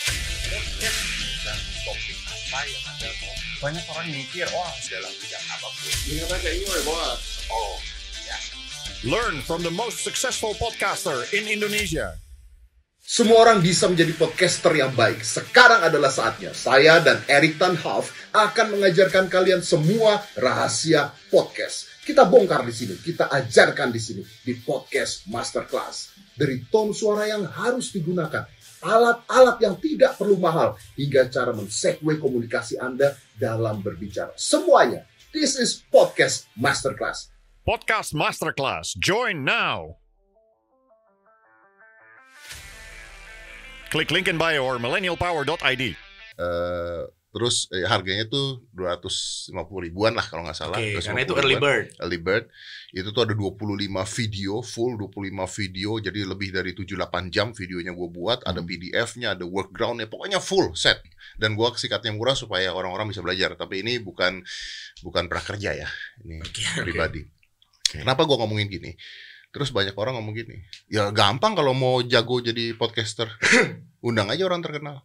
Banyak orang mikir, dalam bidang apapun. Ini kata kayak ini, bos. Oh, Learn from the most successful podcaster in Indonesia. Semua orang bisa menjadi podcaster yang baik. Sekarang adalah saatnya. Saya dan Eric ten Have akan mengajarkan kalian semua rahasia podcast. Kita bongkar di sini, kita ajarkan di sini di Podcast Masterclass. Dari tone suara yang harus digunakan, alat-alat yang tidak perlu mahal, hingga cara men-segue komunikasi Anda dalam berbicara. Semuanya. This is Podcast Masterclass. Podcast Masterclass. Join now. Klik link in bio or millennialpower.id. terus harganya tuh 250 ribuan lah kalau nggak salah. Oke, 250 karena itu early ribuan. bird. Early bird. Itu tuh ada 25 video, full 25 video. Jadi lebih dari 7-8 jam videonya gue buat. Ada PDF-nya, ada workground-nya. Pokoknya full set. Dan gue sikatnya murah supaya orang-orang bisa belajar. Tapi ini bukan prakerja ya. Ini pribadi. Kenapa gue ngomongin gini? Terus banyak orang ngomong gini. Ya gampang kalau mau jago jadi podcaster. Undang aja orang terkenal.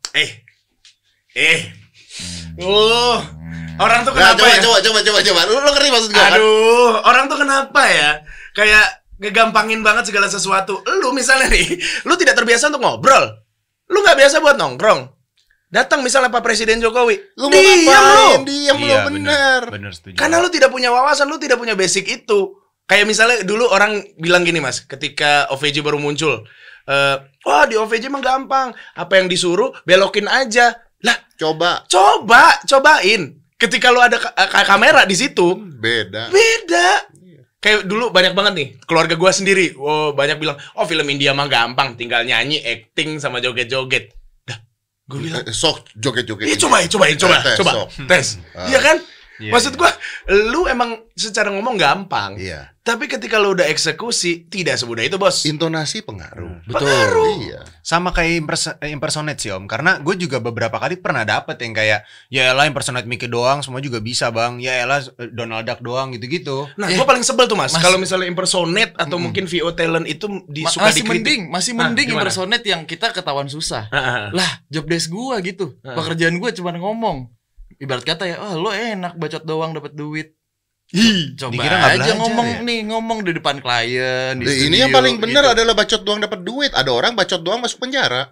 Orang tuh Nah, kenapa ya? coba. Lu ngerti maksud gue kan? Aduh, orang tuh kenapa ya? Kayak ngegampangin banget segala sesuatu. Lu misalnya nih, lu tidak terbiasa untuk ngobrol. Lu nggak biasa buat nongkrong. Datang misalnya Pak Presiden Jokowi, Lu mau ngapain? Diam lu, bener. Bener setuju. Karena lu tidak punya wawasan, lu tidak punya basic itu. Kayak misalnya dulu orang bilang gini Mas, ketika OVJ baru muncul, wah di OVJ mah gampang, apa yang disuruh belokin aja. Lah, cobain. Ketika lu ada kamera di situ, beda. Kayak dulu banyak banget nih keluarga gua sendiri, banyak bilang, oh film India mah gampang, tinggal nyanyi, acting sama joget-joget. Gue bilang sok joget-joget. Coba tes. Iya kan? Iya, Maksud gua, lu emang secara ngomong gampang. Iya. Tapi ketika lu udah eksekusi, tidak semudah itu, Bos. Intonasi pengaruh. Pengaruh. Iya. Sama kayak impersonate sih Om. Karena gue juga beberapa kali pernah dapet yang kayak, ya elah impersonate Mickey doang, semua juga bisa bang. Ya elah Donald Duck doang gitu-gitu. Nah, gua paling sebel tuh Mas. Kalau misalnya impersonate atau mungkin VO talent itu suka dikritik. Masih mending gimana? impersonate yang kita ketahuan susah. Lah, job desk gua gitu. Pekerjaan gua cuma ngomong. Ibarat kata ya, lo enak bacot doang dapat duit. Coba dikira nggak aja belajar ngomong ya? nih, ngomong di depan klien di Ini studio, yang paling benar gitu. adalah bacot doang dapat duit. Ada orang bacot doang masuk penjara.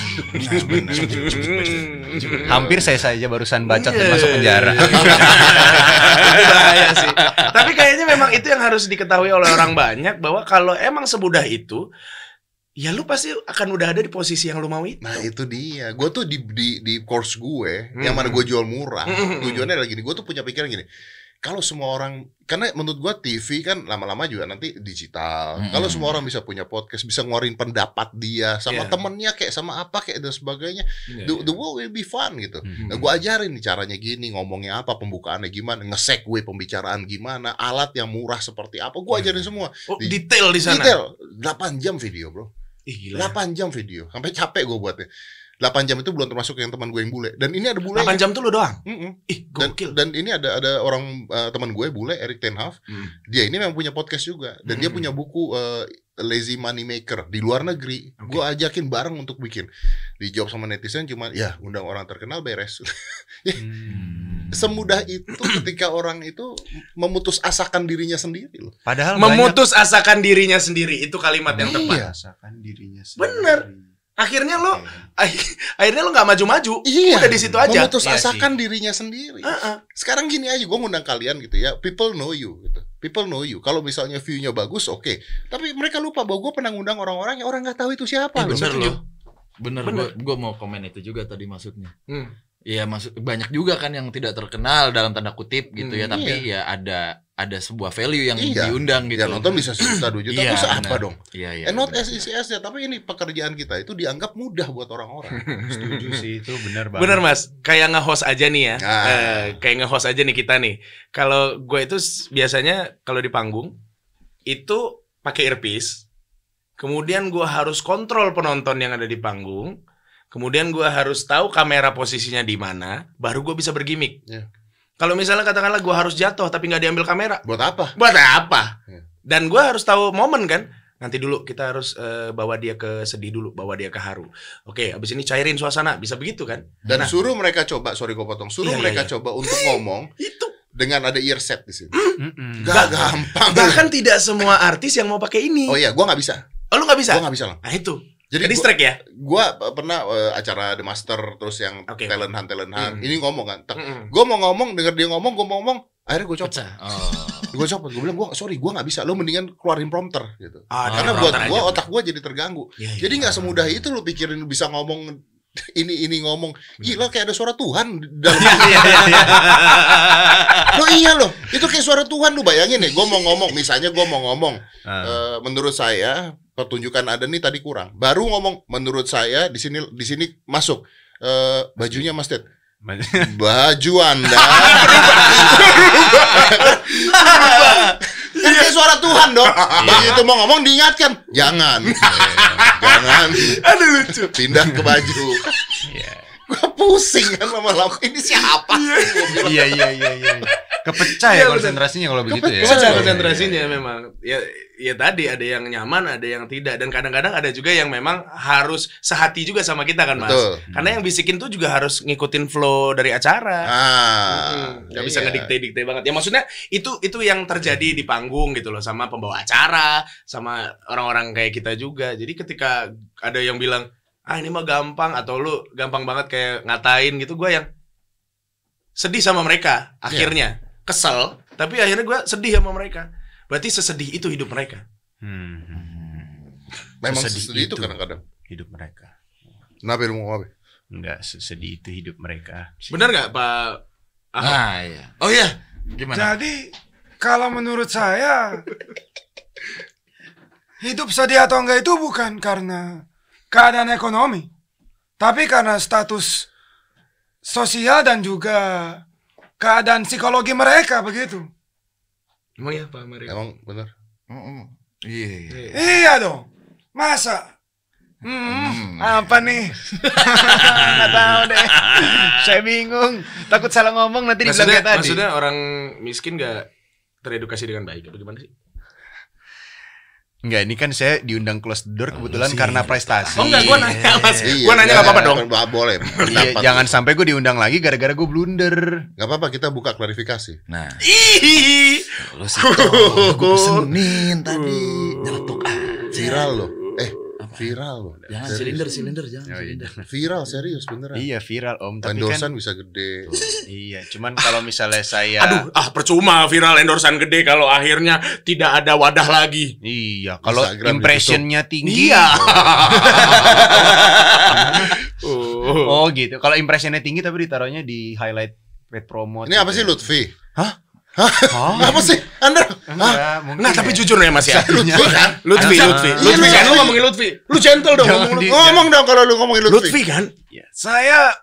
Hampir saya saja barusan bacot dan masuk penjara. Itu bahaya sih. Tapi kayaknya memang itu yang harus diketahui oleh orang banyak, bahwa kalau emang semudah itu, ya lu pasti akan udah ada di posisi yang lu mau itu. Nah itu dia. Gue tuh di course gue, yang mana gue jual murah. Tujuannya adalah gini. Gue tuh punya pikiran gini. Kalau semua orang, karena menurut gua TV kan lama-lama juga nanti digital. Kalau semua orang bisa punya podcast, bisa ngeluarin pendapat dia sama temennya kayak sama apa kayak dan sebagainya, the world will be fun gitu. Nah, gua ajarin nih caranya gini, ngomongnya apa, pembukaannya gimana, nge-segue pembicaraan gimana, alat yang murah seperti apa, gua ajarin semua. Detail di sana. Detail. 8 jam video, bro. Ih, gila. 8 jam video, sampai capek gua buatnya. 8 jam itu belum termasuk yang teman gue yang bule. Dan ini ada bule. 8 jam tuh lu doang? Ih, gokil. Dan ini ada orang teman gue bule, Erik ten Hag. Dia ini memang punya podcast juga. Dan dia punya buku Lazy Money Maker di luar negeri. Gue ajakin bareng untuk bikin. Dijawab sama netizen cuma ya undang orang terkenal beres. Semudah itu ketika orang itu memutus asakan dirinya sendiri loh. Padahal memutus asakan dirinya sendiri, itu kalimat yang tepat. asakan dirinya sendiri. Bener. Akhirnya lo nggak maju-maju. Iya, udah di situ aja. Memutus asakan dirinya sendiri. Sekarang gini aja, gue ngundang kalian gitu ya. People know you gitu. People know you. Kalau misalnya view-nya bagus, oke. Tapi mereka lupa bahwa gue pernah ngundang orang-orang yang orang nggak tahu itu siapa. Bener. Gue mau komen itu juga tadi maksudnya. Iya, maksud banyak juga kan yang tidak terkenal dalam tanda kutip gitu ya, tapi ya ada sebuah value yang diundang gitu. Ya nonton bisa 1 juta 2 juta, terus apa dong? Iya. And not as easy as that, tapi ini pekerjaan kita itu dianggap mudah buat orang-orang. Setuju sih, itu benar banget. Bener Mas, kayak nge-host aja nih ya. Kayak nge-host aja nih kita nih. Kalau gue itu biasanya kalau di panggung itu pakai earpiece. Kemudian gue harus kontrol penonton yang ada di panggung. Kemudian gue harus tahu kamera posisinya di mana, baru gue bisa bergimik. Kalau misalnya katakanlah gue harus jatuh tapi nggak diambil kamera, buat apa? Dan gue harus tahu momen kan. Nanti dulu kita harus bawa dia ke sedih dulu, bawa dia ke haru. Oke, abis ini cairin suasana, bisa begitu kan? Dan suruh mereka coba, sorry gue potong, mereka coba untuk ngomong itu dengan ada earset di sini. Gak gampang. Bahkan tidak semua artis yang mau pakai ini. Oh iya, gue nggak bisa. Oh lu nggak bisa? Gue nggak bisa lah. Nah itu. Jadi distract ya? Gue pernah acara The Master terus yang talent hunt. Ini ngomong kan. Gue mau ngomong, denger dia ngomong, gue mau ngomong, akhirnya gue copot. Gue copot. Gue bilang, sorry, gue nggak bisa. Lo mendingan keluarin prompter gitu. Karena buat gue otak gue jadi terganggu. Jadi nggak semudah itu lo pikirin bisa ngomong ini ngomong. Gila kayak ada suara Tuhan dalam. Lo iya loh. Itu kayak suara Tuhan, lo bayangin ya. Gue mau ngomong, misalnya gue mau ngomong. Menurut saya pertunjukan ada nih tadi kurang. Baru ngomong menurut saya di sini masuk bajunya Mas Ted. Baju Anda. Kan kayak suara Tuhan dong. Begitu mau ngomong diingatkan, jangan. Aduh lucu. Pindah ke baju. Gue pusing kan lama-lama. Ini siapa? Iya. Kepecah ya konsentrasinya kalau begitu ya. Kepecah konsentrasinya memang. Ya tadi ada yang nyaman, ada yang tidak, dan kadang-kadang ada juga yang memang harus sehati juga sama kita kan Mas. Betul. Karena yang bisikin tuh juga harus ngikutin flow dari acara. Gak bisa ngedikte-dikte banget. Ya maksudnya itu yang terjadi di panggung gitu loh, sama pembawa acara, sama orang-orang kayak kita juga. Jadi ketika ada yang bilang ini mah gampang, atau lu gampang banget kayak ngatain gitu. Gue yang sedih sama mereka akhirnya. Kesel, tapi akhirnya gue sedih sama mereka. Berarti sesedih itu hidup mereka. Memang sesedih itu kadang-kadang hidup mereka. Kenapa lu mau apa? Enggak, sesedih itu hidup mereka. Benar nggak Pak Ahok? Iya. Oh iya, gimana? Jadi kalau menurut saya hidup sedih atau enggak itu bukan karena keadaan ekonomi, tapi karena status sosial dan juga keadaan psikologi mereka begitu. Emang ya Pak Mario? Emang benar. Iya. Iya dong. Masa? Apa nih? Nggak tahu deh. Saya bingung. Takut salah ngomong nanti dibilang kayak tadi. Maksudnya orang miskin nggak teredukasi dengan baik atau gimana sih? Enggak, ini kan saya diundang close the door kebetulan karena prestasi. Oh enggak, gue nanya Mas. Iya, Gue nanya nggak apa-apa dong. Boleh. Iya, jangan sampai gue diundang lagi gara-gara gue blunder. Gak apa-apa, kita buka klarifikasi. Nah, Ih, lu sih gue pesenin tadi nyeletuk aja. Viral loh. Viral loh. Jangan Serius. silinder jangan silinder. Viral serius beneran. Iya, viral Om, tapi Endorsan kan bisa gede. iya, cuman kalau misalnya saya percuma viral endorsan gede kalau akhirnya tidak ada wadah lagi. iya, kalau Instagram, impressionnya tinggi. Iya. Oh, gitu. Kalau impressionnya tinggi tapi ditaruhnya di highlight paid promote. Ini apa sih gitu. Lutfi? Hah? Apa sih? Anda? Enggak, mungkin. Nah, tapi jujur ya Mas ya. Lutfi kan? Lutfi kan lu ngomongin Lutfi. Lu gentle dong Jangan ngomong di- Lutfi. Ngomong dong kalau lu ngomongin Lutfi. Lutfi kan? Saya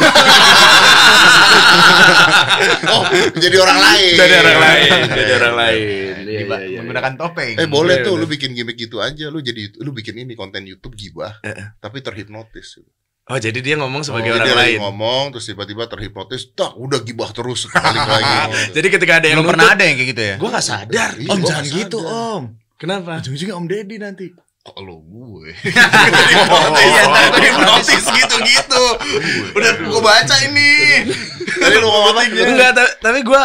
Oh, jadi orang lain. Dari orang lain. Iya, Diba- iya, iya. menggunakan topeng. Boleh Iya, tuh bener. lu bikin gimmick gitu aja. Lu bikin ini konten YouTube gibah, tapi terhipnotis. Oh, jadi dia ngomong sebagai Jadi orang dia lagi lain. ngomong terus tiba-tiba terhipnotis, tak udah gibah terus balik lagi. Jadi ketika ada yang Belum pernah ada yang kayak gitu ya? gue nggak sadar. Iya, Om gua jangan nggak gitu sadar. Om. Kenapa? Ujung-ujungnya Om Deddy nanti. Kalau gue. Iya, ntar gue Hipnotis gitu-gitu. Udah gue baca ini. Tadi lu ngomong apa? Enggak, tapi gue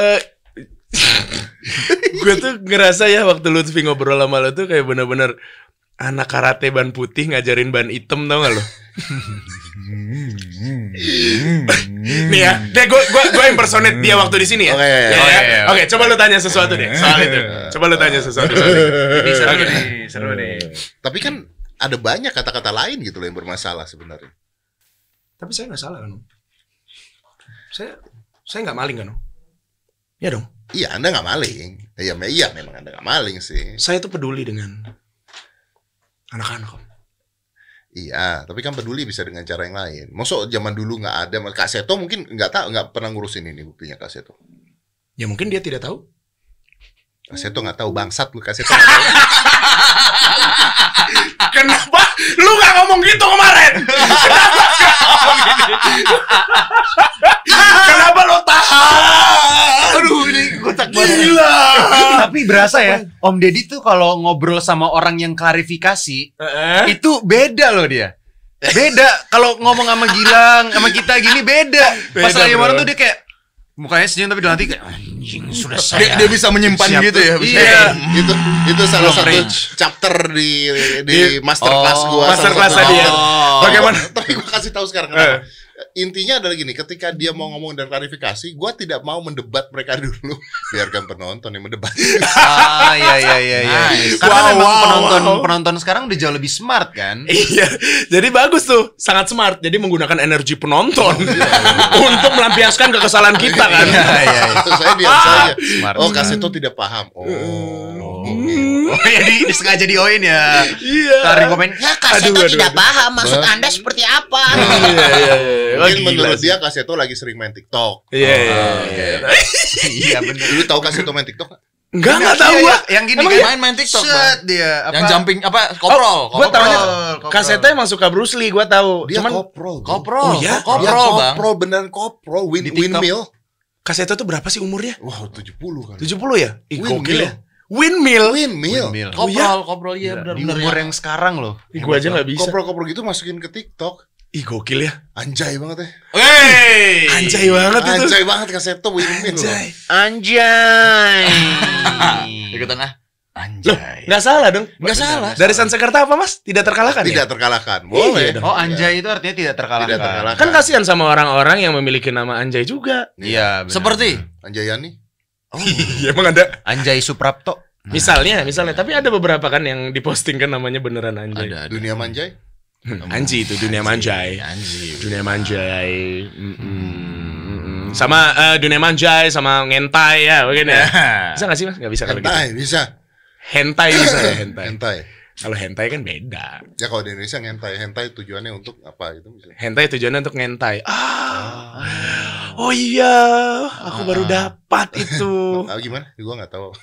gue tuh ngerasa ya waktu Lutfi ngobrol sama lo tuh kayak bener-bener anak karate ban putih ngajarin ban hitam, tau gak lo? Nih ya, gue impersonate dia waktu di sini ya. Oke. Ya, Oke, ya. oke. Oke, coba lu tanya sesuatu deh soal itu. Coba lu tanya sesuatu soal itu. Ini seru Oke. nih, seru nih. Tapi kan ada banyak kata-kata lain gitu loh yang bermasalah sebenarnya. Tapi saya nggak salah kan? Om? Saya nggak maling kan? Om? Ya dong. Iya, Anda nggak maling. Iya, memang Anda nggak maling sih. Saya tuh peduli dengan anak-anak Om. Iya, tapi kan peduli bisa dengan cara yang lain. Maksud zaman dulu nggak ada, Kak Seto mungkin nggak pernah ngurusin ini buktinya Kak Seto. Ya mungkin dia tidak tahu. Kak Seto nggak tahu, bangsat lu Kak Seto. Nggak tahu. Kenapa lu nggak ngomong gitu kemarin? Kenapa lu tahan? Aduh, ini kocak banget. Gila. Tapi berasa ya, Om Deddy tuh kalau ngobrol sama orang yang klarifikasi, itu beda loh dia. Beda kalau ngomong sama Gilang, sama kita gini beda. Pas Beda, lagi bro. orang tuh dia kayak mukanya senyum tapi dalam hati kayak anjing sudah saya. Dia bisa menyimpan Siap gitu tuh. ya. Iya. itu salah satu Coverage. chapter di masterclass gua. Masterclass salah tadi satu ya. chapter. Bagaimana? Tapi gua kasih tahu sekarang kenapa. Intinya adalah gini, ketika dia mau ngomong dan klarifikasi, gua tidak mau mendebat mereka dulu. Biarkan penonton yang mendebat. Ah, iya. Nice. Karena Wow, memang wow. penonton sekarang udah jauh lebih smart kan? Iya, jadi bagus tuh, sangat smart. Jadi menggunakan energi penonton untuk melampiaskan kekesalan kita kan. Iya. Saya diam saja. Smart. Oh, Kak Seto tidak paham. Oh. Oh ya disengaja dioin ya. Iya. Tarik komen. Ya, Kak Seto Aduh, tidak aduh. paham maksud Anda seperti apa. Iya. Mungkin menurut dia Kak Seto lagi sering main TikTok. Iya. Iya benar. Dulu tahu Kak Seto main TikTok nggak? Enggak tahu gua. Yang gini Emang kan main Tiktok, set Bang? dia Yang jumping apa? Koprol. Gua taunya Koprol. Kasetnya emang suka Bruce Lee, gua tahu. Dia Cuman koprol. bro. Koprol. Oh, iya? Dia Koprol, Bang. koprol, beneran koprol. Di TikTok. Windmill. Kasetnya tuh berapa sih umurnya? Wow, 70 kan. 70 ya? Ih, Windmill. gokil ya. Windmill. Windmill. Windmill. Koprol iya Di benar-benar. umur yang sekarang loh. Ih, gua aja enggak bisa. Koprol-koprol gitu masukin ke TikTok. Ih, gokil ya. Anjay banget ya. Hey. Anjay banget itu. Anjay banget Kak Seto Windmill. Anjay. Anjay. Ikutan ah. Anjay. Nggak salah dong. Nggak salah. Dari Sansekerta apa Mas? Tidak terkalahkan Tidak ya? terkalahkan. Boleh. Iya dong. Oh, Anjay itu artinya tidak terkalahkan. Tidak terkalahkan. Kan kasihan sama orang-orang yang memiliki nama Anjay juga. Iya, benar. Seperti Anjayani. Iya emang ada. Anjay Suprapto. Misalnya, tapi ada beberapa kan yang dipostingkan namanya beneran Anjay. ada. Dunia Manjay. Anji itu dunia Manjay. Anjay. Dunia Manjay. Sama dunia Manjay sama ngentai ya, begini ya. Bisa nggak sih Mas? Nggak bisa kalau gitu. Hentai bisa. Hentai bisa ya hentai. Hentai. Kalau hentai kan beda. Ya kalau di Indonesia ngentai. Hentai tujuannya untuk apa gitu misalnya. Hentai tujuannya untuk ngentai. Oh iya, aku baru dapat itu. Gimana? Gua nggak tahu.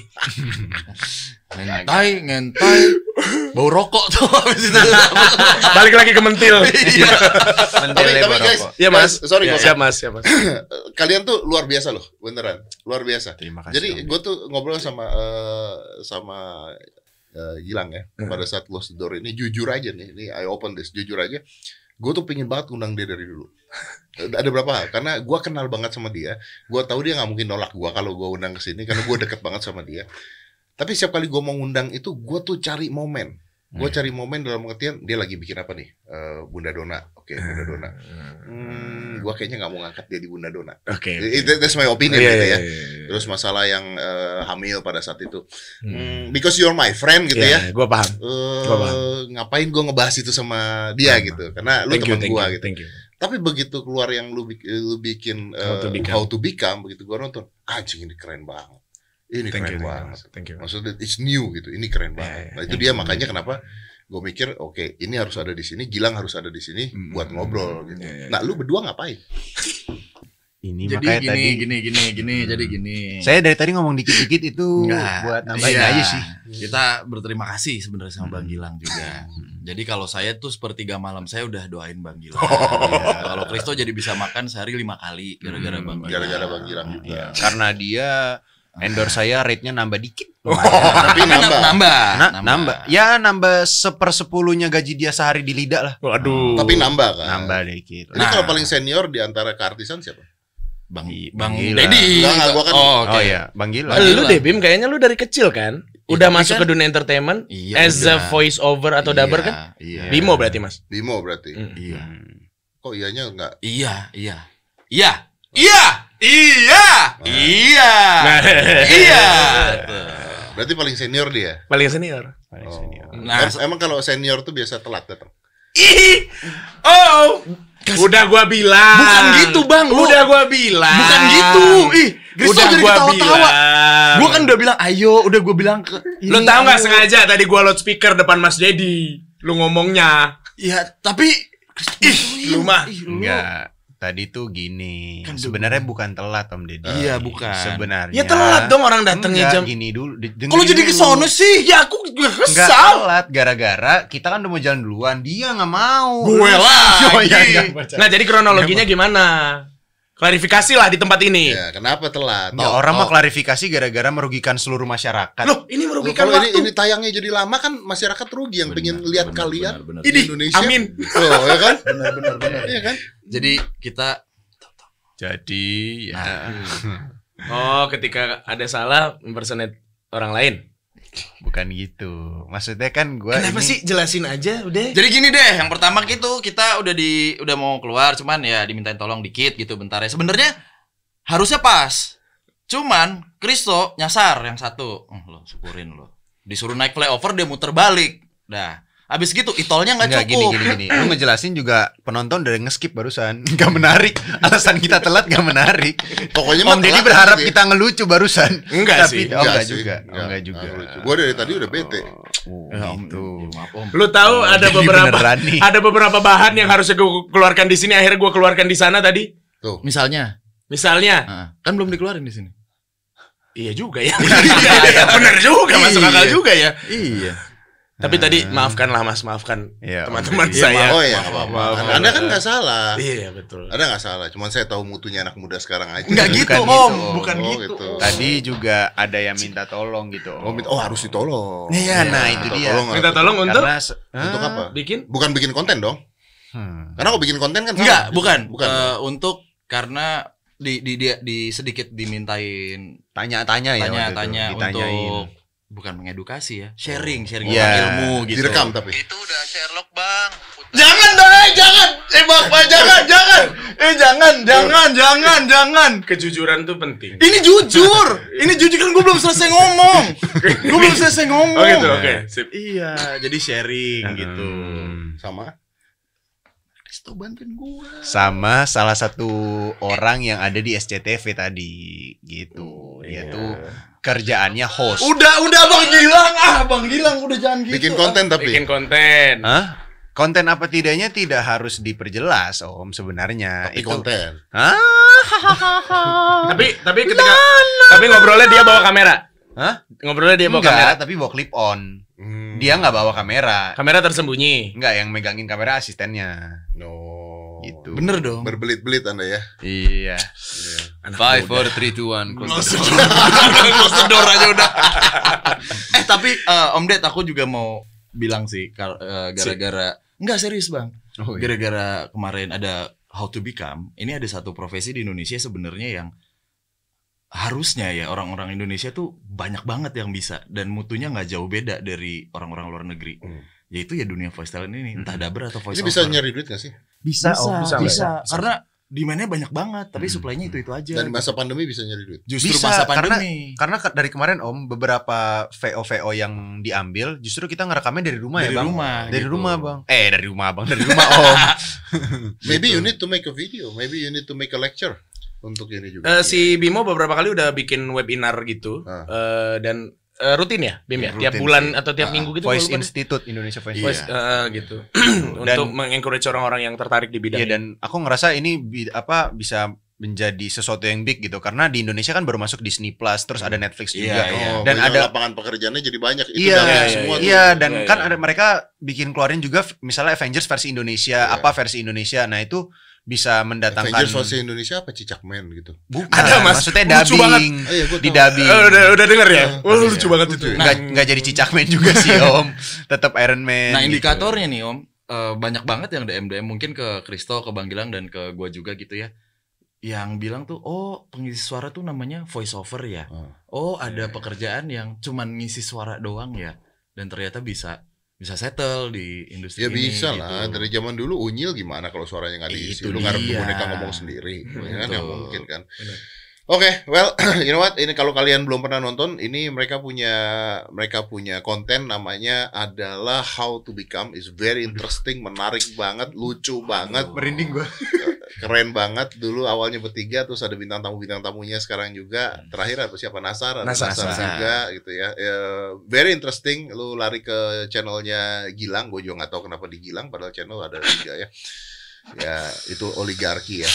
Ngentai, bau rokok tuh habis itu. Balik lagi ke mentil. Tapi guys, Iya Mas. sorry gua. Siap Mas. Kalian tuh luar biasa loh, beneran. Luar biasa. Terima kasih. Jadi gue tuh ngobrol sama Gilang ya. Pada saat close the door ini jujur aja nih, ini I open this, jujur aja. Gue tuh pengen banget undang dia dari dulu. Ada berapa hal? Karena gue kenal banget sama dia. Gue tahu dia nggak mungkin nolak gue kalau gue undang ke sini karena gue deket banget sama dia. Tapi setiap kali gue mau undang itu, gue tuh cari momen. Gue cari momen dalam pengertian dia lagi bikin apa nih? Bunda Dona. Oke, Bunda Dona. Gue kayaknya nggak mau ngangkat dia di Bunda Dona. Oke. That's my opinion gitu ya. Iya. Terus masalah yang hamil pada saat itu. Because you're my friend gitu ya. Gue paham. Ngapain gue ngebahas itu sama dia gitu? Karena lu teman gue gitu. Thank you. Tapi begitu keluar yang lu bikin How to Become, begitu gue nonton, anjing ini keren banget. Ini keren banget. Thank you. Maksudnya it's new gitu. Ini keren banget. Nah, itu dia makanya kenapa gue mikir oke, ini harus ada di sini, Gilang harus ada di sini buat ngobrol gitu. Nah, lu berdua ngapain? Ini Jadi makanya gini, jadi gini. saya dari tadi ngomong dikit-dikit itu Nggak, buat nambahin iya. aja sih. Kita berterima kasih sebenarnya sama Bang Gilang juga. Jadi kalau saya tuh sepertiga malam saya udah doain Bang Gilang. Kalau Kristo jadi bisa makan sehari 5 kali gara-gara Bang Gilang. Gara-gara Bang Gilang juga. Iya, karena dia endorse saya rate-nya nambah dikit. Tapi Nambah. Ya nambah 1/10-nya gaji dia sehari di lidah lah. Waduh. Tapi nambah kan. Nambah dikit. Ini kalau paling senior di antara keartisan siapa? Bang Gila. Dedi. Enggak, gua kan Oh iya, Bang Gila. Lu deh Bim, kayaknya lu dari kecil kan? Udah tapi masuk kan- ke dunia entertainment Iya, as a udah. voice over atau dubber kan? Iya. Bimo berarti Mas. Bimo berarti. Iya. Kok iyanya enggak? Iya. Iya. Berarti paling senior dia. Paling senior. Paling senior. Nah, Emang kalau senior tuh biasa telat datang. Ih. Oh. Udah gua bilang. Bukan gitu, Bang. Lu- Udah gua bilang. Bukan gitu. Ih, Kristo Udah jadi gua ketawa-tawa. bilang. Gua kan udah bilang ayo, udah gua bilang ke Lu ini, tahu nggak ayo. sengaja tadi gua loudspeaker depan Mas Dedi. Lu ngomongnya. Ya, tapi Lu mah. Enggak. Tadi tuh gini. Sebenarnya bukan telat Om Deddy. Iya, bukan. Sebenarnya. Ya telat dong orang datangnya Enggak, jam. gini dulu. Kalau jadi ke sono sih, Ya aku juga Enggak kesal. telat gara-gara kita kan udah mau jalan duluan, dia nggak mau. Gue lagi. Oh, iya, iya. Nah, jadi kronologinya gimana? Klarifikasi lah di tempat ini. Ya, kenapa telat? Enggak, orang mah klarifikasi gara-gara merugikan seluruh masyarakat. Loh, ini Loh, merugikan kalau waktu. ini tayangnya jadi lama kan masyarakat rugi yang pengen lihat kalian benar. di Ini, Indonesia. amin. Oh, ya kan? Benar. Iya kan? Jadi kita Jadi ya Oh, ketika ada salah impersonate orang lain. bukan gitu. Maksudnya kan gua Kenapa ini sih? Jelasin aja udah. Jadi gini deh, yang pertama gitu kita udah mau keluar, cuman ya dimintain tolong dikit gitu bentar ya. Sebenarnya harusnya pas. Cuman Kristo nyasar yang satu. Lo syukurin lo. Disuruh naik flyover dia muter balik. Dah. Abis gitu itolnya nggak Enggak cukup. gini. Lu ngejelasin juga penonton udah nge-skip barusan. Enggak menarik. Alasan kita telat enggak menarik. Pokoknya Om Deddy berharap kita ngelucu barusan. Enggak Tapi sih. enggak sih. juga. Enggak juga. Gue dari tadi udah bete. Oh, Ya, gitu. Maaf Om. Lu tahu ada jadi beberapa beneran nih. ada beberapa bahan yang harusnya gue keluarkan di sini akhirnya gue keluarkan di sana tadi. Tuh. Misalnya, Misalnya, kan belum dikeluarin di sini. iya juga ya. Bener juga, masuk akal Iya. juga ya. Iya. Tapi tadi maafkanlah Mas, maafkan Iya, teman-teman Iya, saya. oh ya, nggak apa-apa. Anda kan nggak salah. Iya, betul. Anda nggak salah. Cuman saya tahu mutunya anak muda sekarang aja. Enggak gitu, Bukan Om. gitu. Bukan Oh, gitu. gitu. Tadi juga ada yang minta tolong gitu. Oh, harus ditolong. Iya, nah itu dia. Minta tolong untuk Karena Untuk apa? bikin Bukan bikin konten dong. Karena kalau bikin konten kan Enggak, salah. bukan. Bukan. Untuk karena di sedikit dimintain tanya-tanya ya waktu itu. tanya-tanya Ditanyain. untuk bukan mengedukasi ya, sharing Iya. ilmu gitu. Direkam tapi. Itu udah Sherlock Bang. Jangan dong, jangan. Bapak jangan. Kejujuran tuh penting. Ini jujur kan gue belum selesai ngomong. Oh gitu, oke. Sip. Iya, jadi sharing gitu. Sama. Kristo bantuin gue. Sama salah satu orang yang ada di SCTV tadi gitu. Dia tuh kerjaannya host. Udah Bang Gilang udah jangan gitu. Bikin konten tapi. Bikin konten. Hah? Konten apa tidaknya tidak harus diperjelas, Om, sebenarnya. Tapi konten. Hah? Tapi ketika ngobrolnya dia bawa kamera. Hah? Ngobrolnya dia bawa kamera. Enggak, tapi bawa clip on. Dia nggak bawa kamera. Kamera tersembunyi. Enggak, yang megangin kamera asistennya. No. Gitu. Bener dong. Berbelit-belit Anda ya. Iya. 5, 4, 3, 2, 1 close the door aja udah. Tapi Om Ded, aku juga mau bilang sih gara-gara enggak serius Bang. Oh, iya. Gara-gara kemarin ada How to Become, ini ada satu profesi di Indonesia sebenarnya yang harusnya ya orang-orang Indonesia tuh banyak banget yang bisa dan mutunya nggak jauh beda dari orang-orang luar negeri. Yaitu ya dunia voice talent ini, entah dubber atau voice Ini over. bisa nyari duit gak sih? Bisa. Bisa. Karena demand-nya banyak banget, tapi supply-nya itu aja. Dan di masa pandemi bisa nyari duit. Justru Bisa, masa pandemi. karena dari kemarin Om beberapa VO yang diambil justru kita ngerekamnya dari rumah Dari ya Bang. rumah, Dari gitu. rumah Bang. Dari rumah Bang, dari rumah Om. Maybe you need to make a video, maybe you need to make a lecture untuk ini juga. Si Bimo beberapa kali udah bikin webinar gitu. Dan rutin ya, Bim ya? Tiap rutin bulan sih. atau tiap minggu gitu. Voice gua lupa deh. Institute Indonesia Voice. Voice, gitu. Untuk mengencourage orang-orang yang tertarik di bidang Iya, ini. dan aku ngerasa ini bisa menjadi sesuatu yang big gitu karena di Indonesia kan baru masuk Disney Plus terus ada Netflix juga. Oh, Dan banyak ada lapangan pekerjaannya jadi banyak. Itu Iya, dari semua tuh. iya, dan kan ada mereka bikin keluarin juga misalnya Avengers versi Indonesia, apa versi Indonesia. Nah, itu bisa mendatangkan Avengers versi Indonesia apa Cicakman gitu. Bukan, Ada, Mas. maksudnya Lucu banget. dubbing. Oh, iya, gua Di tahu. dubbing. Udah denger ya? Wah, lucu banget itu. Nggak jadi Cicakman juga sih, Om. Tetap Iron Man. Nah, gitu. indikatornya nih Om, banyak banget yang DM mungkin ke Kristo, ke Bang Gilang dan ke gua juga gitu ya. Yang bilang tuh, oh pengisi suara tuh namanya voice over ya. Oh ada pekerjaan yang cuman ngisi suara doang ya. Dan ternyata bisa settle di industri Ya ini. bisa gitu. lah. Dari zaman dulu Unyil gimana kalau suaranya nggak diisi? Itu Lu ngarep dia. boneka ngomong sendiri. Ya kan nggak Betul. mungkin kan. Oke, well, you know what? Ini kalau kalian belum pernah nonton, ini mereka punya konten namanya adalah How to Become. Is very interesting, menarik banget, lucu banget, merinding gua. keren banget. Dulu awalnya bertiga, terus ada bintang tamunya sekarang juga. Terakhir apa siapa? Nasar juga gitu ya. Very interesting. Lu lari ke channelnya Gilang, gue juga nggak tahu kenapa di Gilang, padahal channel ada 3 ya. Ya itu oligarki ya.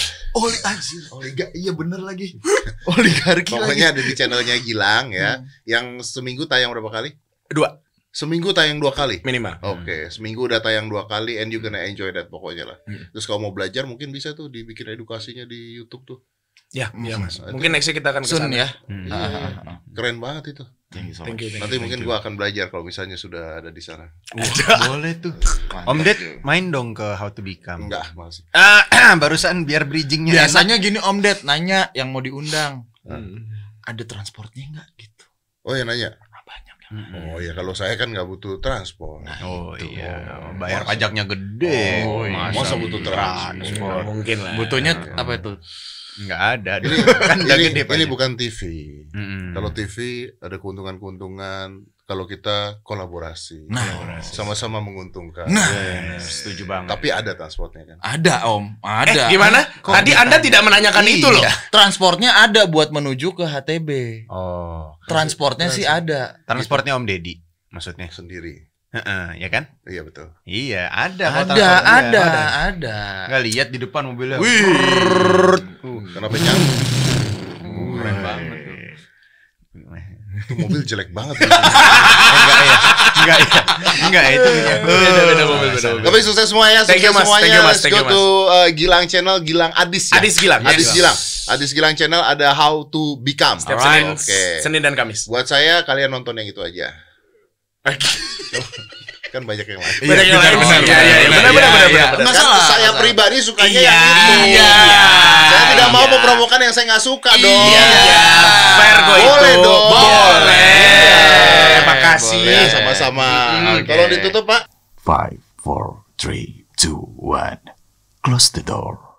Iya bener lagi. Oligarki Pokoknya lagi. ada di channelnya Gilang ya. Yang seminggu tayang berapa kali? 2 Seminggu tayang 2 kali. minimal. Oke, seminggu udah tayang 2 kali and you gonna enjoy that pokoknya lah. Terus kalau mau belajar mungkin bisa tuh dibikin edukasinya di YouTube tuh. Ya, iya Mas. Mungkin nextnya kita akan Sun kesana. ya. Iya. Keren banget itu. Thank you so Thank you, much. thank Nanti mungkin gua akan belajar kalau misalnya sudah ada di sana. Boleh tuh. Om Ded main dong ke How to Become. Enggak, masih. Barusan biar bridgingnya Biasanya gini Om Ded nanya yang mau diundang. Ada transportnya nggak gitu? Oh ya nanya. Banyak yang Oh ya kalau saya kan nggak butuh transport. Oh iya, bayar pajaknya gede. Oh, iya. Masa butuh Nggak mungkin lah. butuhnya apa itu? Nggak ada. Kan udah ini, gede ini pajak. bukan TV. Mm-mm. Kalau TV ada keuntungan-keuntungan. Kalau kita kolaborasi, Nah. sama-sama menguntungkan. Setuju banget. Tapi ada transportnya kan. Ada Om, ada. Gimana? Tadi Anda tidak menanyakan itu loh. Transportnya ada buat menuju ke HTB. Oh, Transportnya sih ada. transportnya Om Deddy maksudnya. Sendiri. Heeh, ya kan? Iya betul. Iya, ada. kok Ada, transportnya. ada. Nggak lihat di depan mobilnya. Kenapa nyangkut? Keren banget tuh. Itu mobil jelek banget. Enggak itu. Beda mobil, beda mobil. Tapi sukses semua ya, Thank you, sukses Mas. semuanya. Thank you, Mas. Let's Thank go you, Mas. to Gilang channel, Gilang Adis ya. Adis Gilang. Adis Yes. Gilang. Adis Gilang channel ada How to Become. Setiap Alright. Senin dan Kamis. Buat saya kalian nonton yang itu aja. Kan banyak yang lain. Banyak yang lain. benar, Iya. benar. Benar. Nggak Kan salah, saya nggak pribadi sukanya Iya. yang itu. Iya. Saya tidak mau mempromokan yang saya nggak suka dong. Fair kok itu. Boleh dong. Boleh. kasih. Ya, sama-sama. Tolong ditutup, Pak. 5, 4, 3, 2, 1. Close the door.